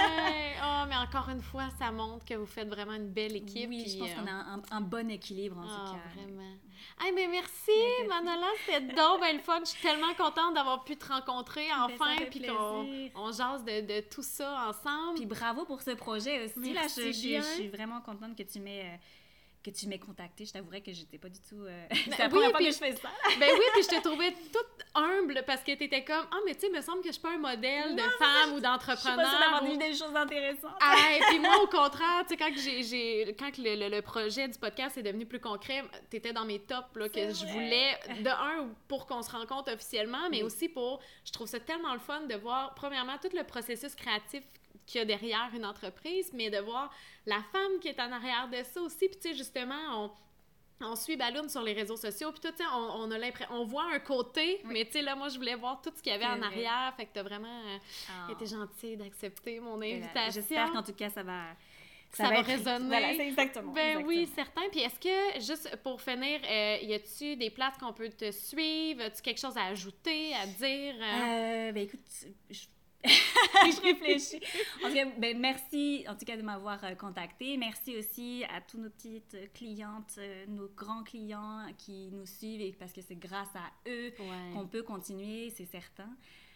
Mais encore une fois, ça montre que vous faites vraiment une belle équipe. Oui, je pense qu'on a un bon équilibre, en tout cas. Vraiment. Mais merci, Manuela, c'était donc bien le fun. Je suis tellement contente d'avoir pu te rencontrer enfin, puis qu'on jase de tout ça ensemble. Puis bravo pour ce projet aussi. Merci, là, je suis vraiment contente que tu m'aies contactée. Je t'avouerais que j'étais pas du tout... c'est la première fois que je fais ça. Puis je te trouvais toute humble parce que t'étais comme « Ah, mais tu sais, il me semble que je suis pas un modèle de femme ou d'entrepreneur. » Je suis pas sûre d'avoir dit des choses intéressantes. Puis moi, au contraire, tu sais, quand le projet du podcast est devenu plus concret, t'étais dans mes tops, là, que je voulais, pour qu'on se rencontre officiellement, mais aussi je trouve ça tellement le fun de voir, premièrement, tout le processus créatif qu'il y a derrière une entreprise, mais de voir la femme qui est en arrière de ça aussi. Puis tu sais, justement, on suit Balloon sur les réseaux sociaux, puis tout, tu sais, on voit un côté, mais tu sais, là, moi, je voulais voir tout ce qu'il y avait en arrière, fait que t'as vraiment été gentille d'accepter mon invitation. J'espère qu'en tout cas, ça va résonner. Voilà, c'est exactement. Oui, certain. Puis est-ce que, juste pour finir, y a-tu des places qu'on peut te suivre? As-tu quelque chose à ajouter, à dire? Écoute... je réfléchis. En tout cas, merci en tout cas de m'avoir contactée. Merci aussi à tous nos petites clientes, nos grands clients qui nous suivent, et parce que c'est grâce à eux qu'on peut continuer, c'est certain.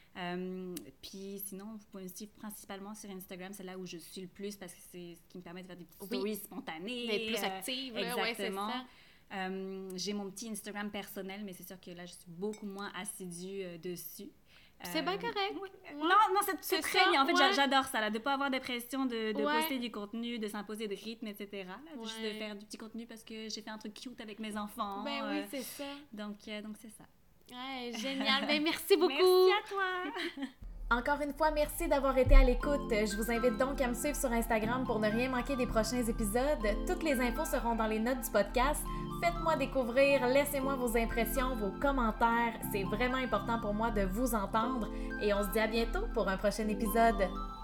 Puis sinon, vous pouvez me suivre principalement sur Instagram, c'est là où je suis le plus parce que c'est ce qui me permet de faire des petites stories spontanées. D'être plus active. Exactement. C'est ça. J'ai mon petit Instagram personnel, mais c'est sûr que là, je suis beaucoup moins assidue dessus. C'est bien correct. Oui. Non, c'est très bien. En fait, j'adore ça, là, de ne pas avoir de pression de poster du contenu, de s'imposer de rythme, etc. Là, juste de faire du petit contenu parce que j'ai fait un truc cute avec mes enfants. Oui, c'est ça. Donc c'est ça. Génial. Merci beaucoup. Merci à toi. Encore une fois, merci d'avoir été à l'écoute. Je vous invite donc à me suivre sur Instagram pour ne rien manquer des prochains épisodes. Toutes les infos seront dans les notes du podcast. Faites-moi découvrir, laissez-moi vos impressions, vos commentaires. C'est vraiment important pour moi de vous entendre. Et on se dit à bientôt pour un prochain épisode.